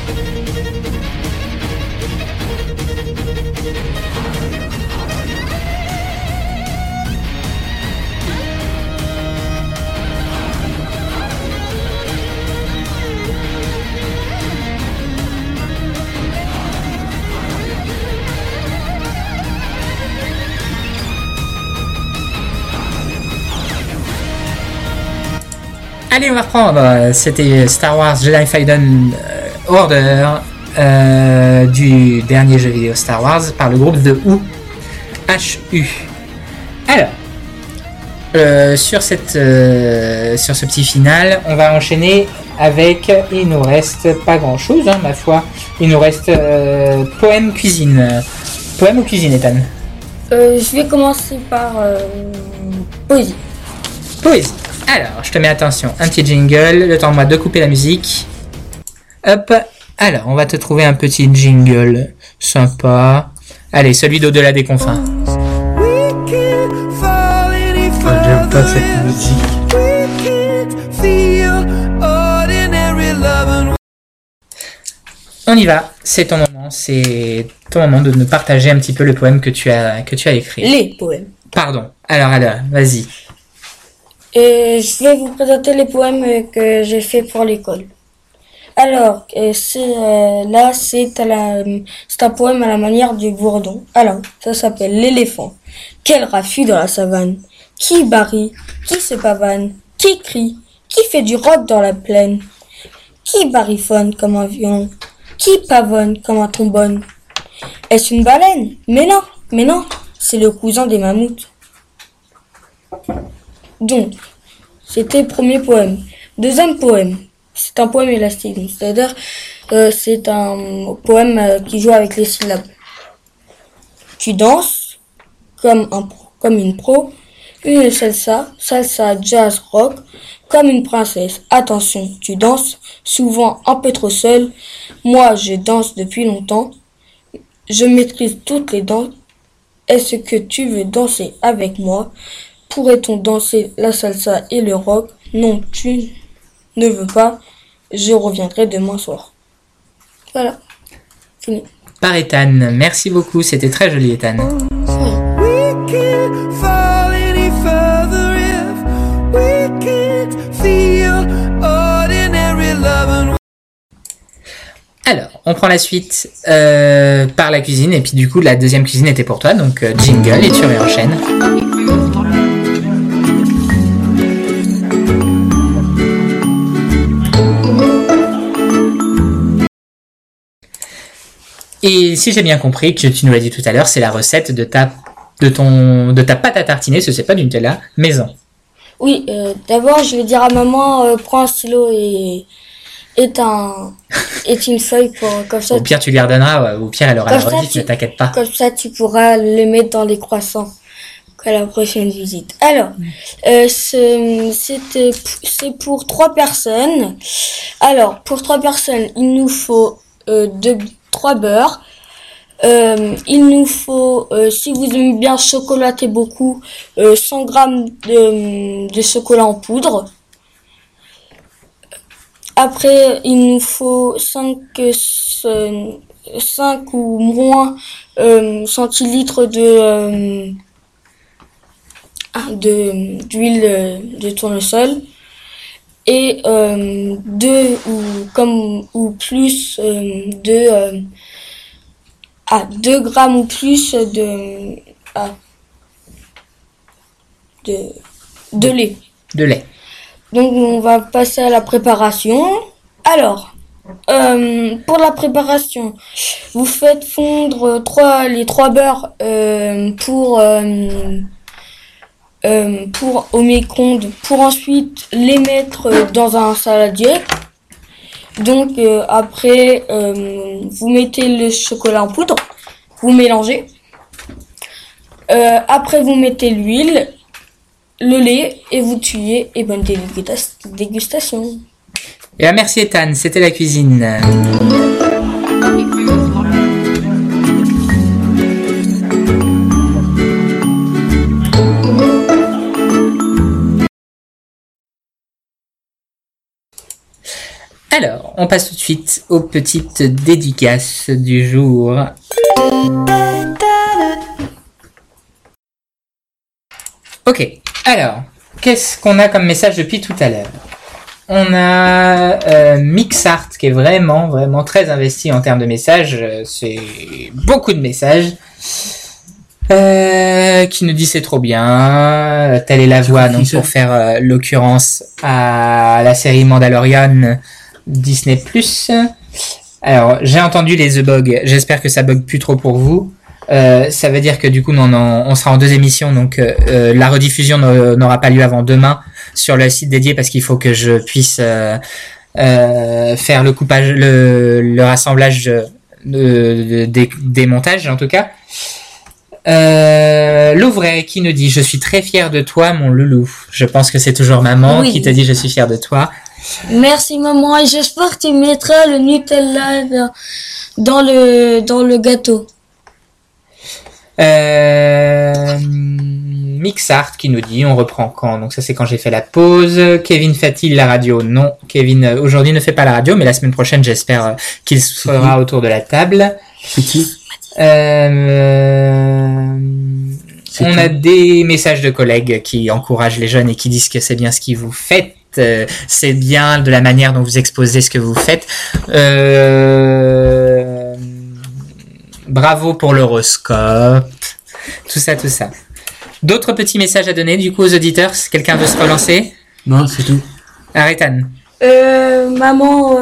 S3: Allez, on va reprendre. C'était Star Wars Jedi Fallen Order du dernier jeu vidéo Star Wars par le groupe The Who. HU. Alors, sur ce petit final, on va enchaîner avec. Il nous reste pas grand chose, ma foi. Il nous reste poème cuisine. Poème ou cuisine, Ethan?
S4: Je vais commencer par poésie.
S3: Poésie. Alors, je te mets attention, un petit jingle, le temps de moi de couper la musique. Hop, alors, on va te trouver un petit jingle sympa. Allez, celui d'au-delà des confins.
S7: J'aime pas cette musique.
S3: On y va, c'est ton moment de nous partager un petit peu le poème que tu as écrit.
S4: Les poèmes.
S3: Pardon, alors, vas-y.
S4: Et je vais vous présenter les poèmes que j'ai fait pour l'école. Alors, c'est un poème à la manière du bourdon. Alors, ça s'appelle l'éléphant. Quel raffut dans la savane. Qui barille, qui se pavane, qui crie, qui fait du rock dans la plaine. Qui bariffonne comme un violon, qui pavonne comme un trombone. Est-ce une baleine? Mais non, c'est le cousin des mammouths. Donc, c'était le premier poème. Deuxième poème, c'est un poème élastique. C'est-à-dire, c'est un poème qui joue avec les syllabes. Tu danses comme une pro, une salsa, jazz, rock, comme une princesse. Attention, tu danses, souvent un peu trop seul. Moi, je danse depuis longtemps. Je maîtrise toutes les danses. Est-ce que tu veux danser avec moi? Pourrait-on danser la salsa et le rock? Non, tu ne veux pas. Je reviendrai demain soir. Voilà. Fini.
S3: Par Ethan, merci beaucoup, c'était très joli, Ethan. Alors, on prend la suite par la cuisine, et puis du coup, la deuxième cuisine était pour toi, donc jingle, et tu réenchaînes. Et si j'ai bien compris, que tu nous l'as dit tout à l'heure, c'est la recette de ta pâte à tartiner, ce n'est pas du Nutella, maison.
S4: Oui, d'abord je vais dire à maman, prends un stylo et une feuille comme ça.
S3: Au pire tu lui redonneras, au pire elle aura la redite, ne t'inquiète pas.
S4: Comme ça tu pourras le mettre dans les croissants à la prochaine visite. Alors, c'est pour 3 personnes. Alors, pour 3 personnes, il nous faut 3 beurres. Il nous faut, si vous aimez bien chocolater beaucoup, 100 grammes de chocolat en poudre. Après, il nous faut 5 ou moins centilitres d'huile de tournesol et 2 grammes ou plus de lait.
S3: De lait.
S4: Donc on va passer à la préparation. Alors, pour la préparation, vous faites fondre les 3 beurres au micro-ondes pour ensuite les mettre dans un saladier. Donc après, vous mettez le chocolat en poudre, vous mélangez. Après, vous mettez l'huile, le lait et vous tuez. Et bonne dégustation.
S3: Et bien, merci Ethan, c'était la cuisine. Alors, on passe tout de suite aux petites dédicaces du jour. Ok, alors, qu'est-ce qu'on a comme message depuis tout à l'heure? On a Mixart qui est vraiment, vraiment très investi en termes de messages. C'est beaucoup de messages. Qui nous dit c'est trop bien. Telle est la voix donc, pour faire l'occurrence à la série Mandalorian Disney+. Alors, j'ai entendu les The Bug. J'espère que ça bug plus trop pour vous. Ça veut dire que du coup, on sera en 2 émissions, donc la rediffusion n'aura pas lieu avant demain sur le site dédié parce qu'il faut que je puisse faire le coupage, le rassemblage des montages en tout cas. Louvray qui nous dit: je suis très fière de toi, mon loulou. Je pense que c'est toujours maman qui te dit je suis fière de toi.
S4: Merci maman, et j'espère que tu mettras le Nutella dans le gâteau.
S3: Mixart qui nous dit: on reprend quand? Donc ça c'est quand j'ai fait la pause. Kevin fait-il la radio? Non, Kevin aujourd'hui ne fait pas la radio, mais la semaine prochaine j'espère qu'il sera autour de la table.
S7: C'est qui?
S3: On a des messages de collègues qui encouragent les jeunes et qui disent que c'est bien ce que vous faites. C'est bien de la manière dont vous exposez ce que vous faites. Bravo pour l'horoscope. Tout ça. D'autres petits messages à donner du coup aux auditeurs? Quelqu'un veut se relancer?
S7: Non, c'est tout.
S3: Arétan.
S4: Maman,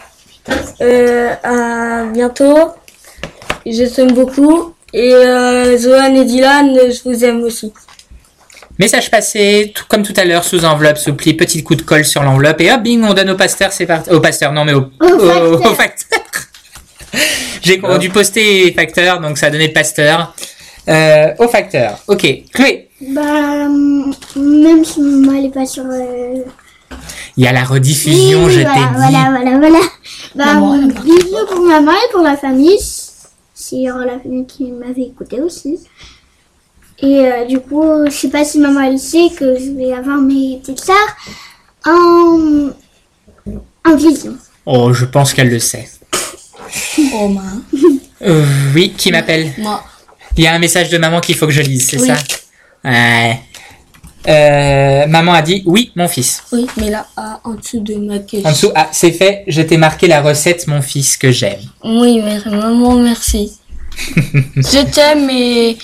S4: à bientôt. Je t'aime beaucoup. Et Zohan et Dylan, je vous aime aussi.
S3: Message passé, comme tout à l'heure, sous enveloppe, sous pli, petit coup de colle sur l'enveloppe, et hop, bing, on donne au pasteur, c'est parti. Au pasteur, non, mais au facteur. J'ai dû poster facteur, donc ça a donné pasteur. Au facteur. Ok, Chloé.
S6: Bah, même si maman elle est pas sur...
S3: Il y a la rediffusion,
S6: oui,
S3: je t'ai dit.
S6: Voilà. Bah, bisous pour maman et pour la famille. S'il y aura la famille qui m'avait écouté aussi. Et du coup, je sais pas si maman elle sait que je vais avoir mes petites sœurs en vision.
S3: Oh, je pense qu'elle le sait.
S4: Oh, ma.
S3: Oui, qui m'appelle?
S4: Moi.
S3: Il y a un message de maman qu'il faut que je lise, c'est
S4: Oui.
S3: ça? Ouais. Maman a dit oui, mon fils.
S4: Oui, mais là, en dessous de ma question.
S3: En dessous, c'est fait, je t'ai marqué la recette, mon fils, que j'aime.
S4: Oui, mais maman, merci. Je t'aime et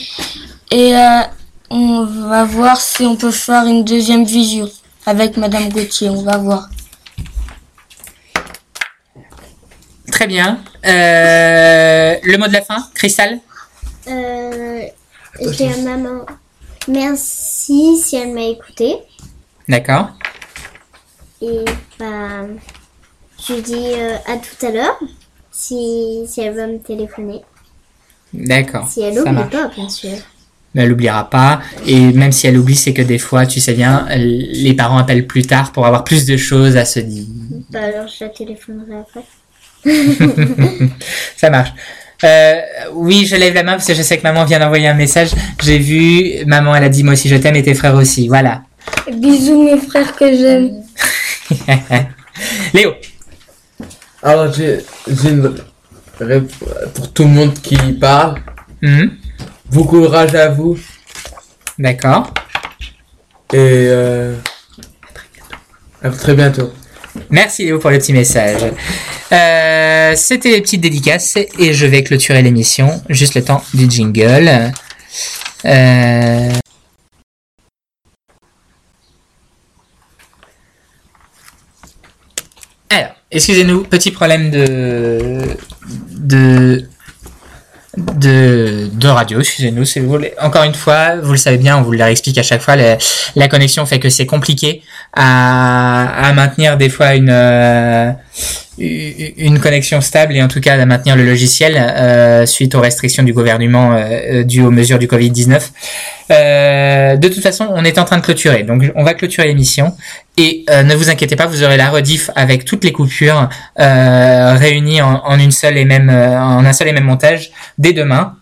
S4: on va voir si on peut faire une deuxième visio avec Madame Gauthier, on va voir.
S3: Très bien. Le mot de la fin, Cristal?
S6: Je dis à maman merci si elle m'a écouté.
S3: D'accord.
S6: Et bah, je dis à tout à l'heure si elle va me téléphoner.
S3: D'accord.
S6: Si elle
S3: ça
S6: oublie
S3: marche.
S6: pas, bien sûr.
S3: Mais elle n'oubliera pas. Et même si elle oublie, c'est que des fois, tu sais bien, les parents appellent plus tard pour avoir plus de choses à se dire.
S6: Bah alors je la téléphonerai après.
S3: Ça marche. Oui, je lève la main parce que je sais que maman vient d'envoyer un message. J'ai vu, maman, elle a dit moi aussi je t'aime et tes frères aussi. Voilà.
S4: Bisous mes frères que j'aime.
S3: Léo.
S7: Alors, j'ai une pour tout le monde qui parle. Bon courage à vous.
S3: D'accord.
S7: Et à très bientôt.
S3: Merci Léo pour le petit message. C'était les petites dédicaces et je vais clôturer l'émission. Juste le temps du jingle. Alors, excusez-nous, petit problème de radio, excusez-nous, si vous voulez. Encore une fois, vous le savez bien, on vous le réexplique à chaque fois, la connexion fait que c'est compliqué à maintenir des fois une connexion stable et en tout cas à maintenir le logiciel suite aux restrictions du gouvernement dues aux mesures du Covid-19. De toute façon, on est en train de clôturer, donc on va clôturer l'émission et ne vous inquiétez pas, vous aurez la rediff avec toutes les coupures réunies en un seul et même montage dès demain.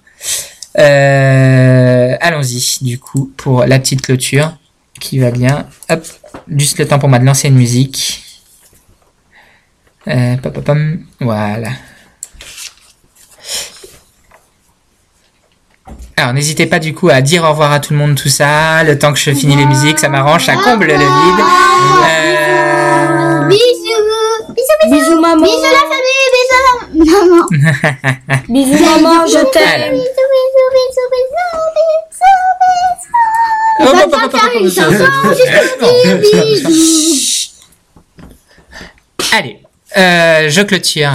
S3: Allons-y du coup pour la petite clôture qui va bien. Hop, juste le temps pour moi de lancer une musique. Voilà. Alors n'hésitez pas du coup à dire au revoir à tout le monde, tout ça, le temps que je finis les musiques, ça m'arrange, ça comble le vide.
S4: Bisous maman.
S6: Bisous la famille, bisous maman.
S4: Bisous maman, je t'aime.
S6: On va pas faire une chanson jusqu'au début.
S3: Allez, je clôture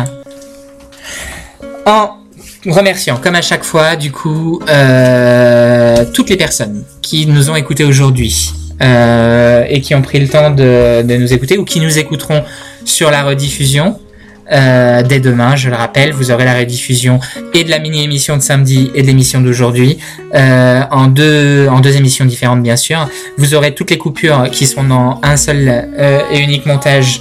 S3: en remerciant, comme à chaque fois, du coup, toutes les personnes qui nous ont écoutés aujourd'hui et qui ont pris le temps de nous écouter ou qui nous écouteront sur la rediffusion. Dès demain, je le rappelle, vous aurez la rediffusion et de la mini-émission de samedi et de l'émission d'aujourd'hui en deux émissions différentes, bien sûr. Vous aurez toutes les coupures qui sont dans un seul et unique montage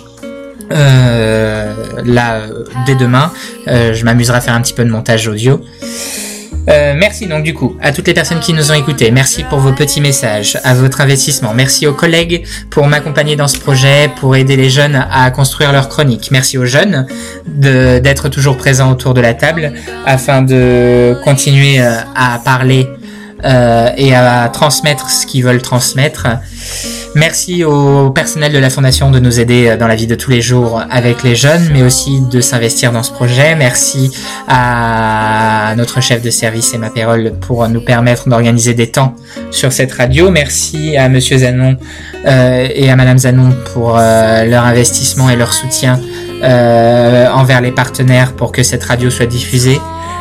S3: là dès demain. Je m'amuserai à faire un petit peu de montage audio. Merci donc du coup à toutes les personnes qui nous ont écoutés. Merci pour vos petits messages, à votre investissement. Merci aux collègues pour m'accompagner dans ce projet, pour aider les jeunes à construire leur chronique. Merci aux jeunes d'être toujours présents autour de la table afin de continuer à parler et à transmettre ce qu'ils veulent transmettre. Merci au personnel de la Fondation de nous aider dans la vie de tous les jours avec les jeunes, mais aussi de s'investir dans ce projet. Merci à notre chef de service, Emma Perrol, pour nous permettre d'organiser des temps sur cette radio. Merci à Monsieur Zanon et à Madame Zanon pour leur investissement et leur soutien envers les partenaires pour que cette radio soit diffusée.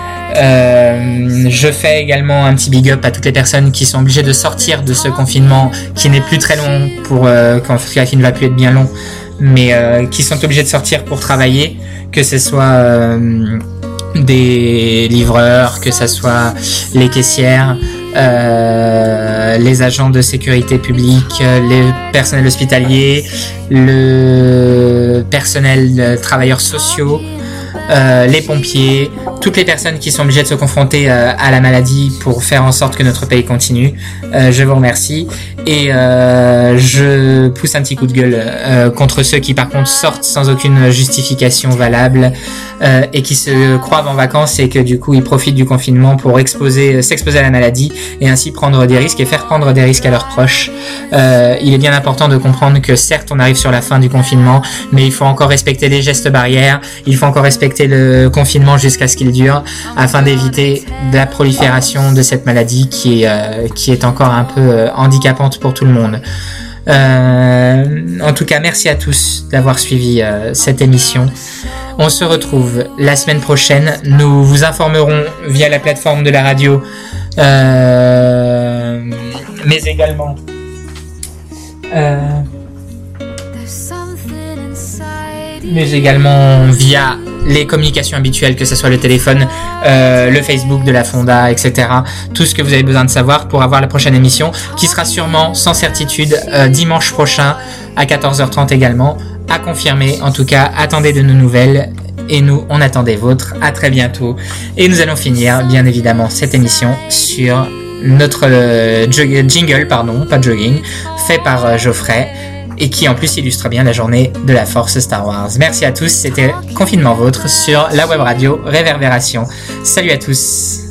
S3: Je fais également un petit big up à toutes les personnes qui sont obligées de sortir de ce confinement qui n'est plus très long qui ne va plus être bien long, mais qui sont obligées de sortir pour travailler, que ce soit des livreurs, que ce soit les caissières, les agents de sécurité publique, les personnels hospitaliers, le personnel travailleurs sociaux, les pompiers, toutes les personnes qui sont obligées de se confronter à la maladie pour faire en sorte que notre pays continue. Je vous remercie et je pousse un petit coup de gueule contre ceux qui par contre sortent sans aucune justification valable et qui se croient en vacances et que du coup ils profitent du confinement pour s'exposer à la maladie et ainsi prendre des risques et faire prendre des risques à leurs proches. Il est bien important de comprendre que certes on arrive sur la fin du confinement, mais il faut encore respecter les gestes barrières, il faut encore respecter le confinement jusqu'à ce qu'il dure afin d'éviter la prolifération de cette maladie qui est encore un peu handicapante pour tout le monde. En tout cas, merci à tous d'avoir suivi cette émission. On se retrouve la semaine prochaine. Nous vous informerons via la plateforme de la radio, mais également via les communications habituelles, que ce soit le téléphone, le Facebook de la Fonda, etc. Tout ce que vous avez besoin de savoir pour avoir la prochaine émission, qui sera sûrement, sans certitude, dimanche prochain à 14h30 également, à confirmer. En tout cas, attendez de nos nouvelles et nous, on attend des vôtres. À très bientôt. Et nous allons finir, bien évidemment, cette émission sur notre jingle, pas jogging, fait par Geoffrey, et qui en plus illustre bien la journée de la Force Star Wars. Merci à tous, c'était Confinement Vôtre sur la web radio Réverbération. Salut à tous.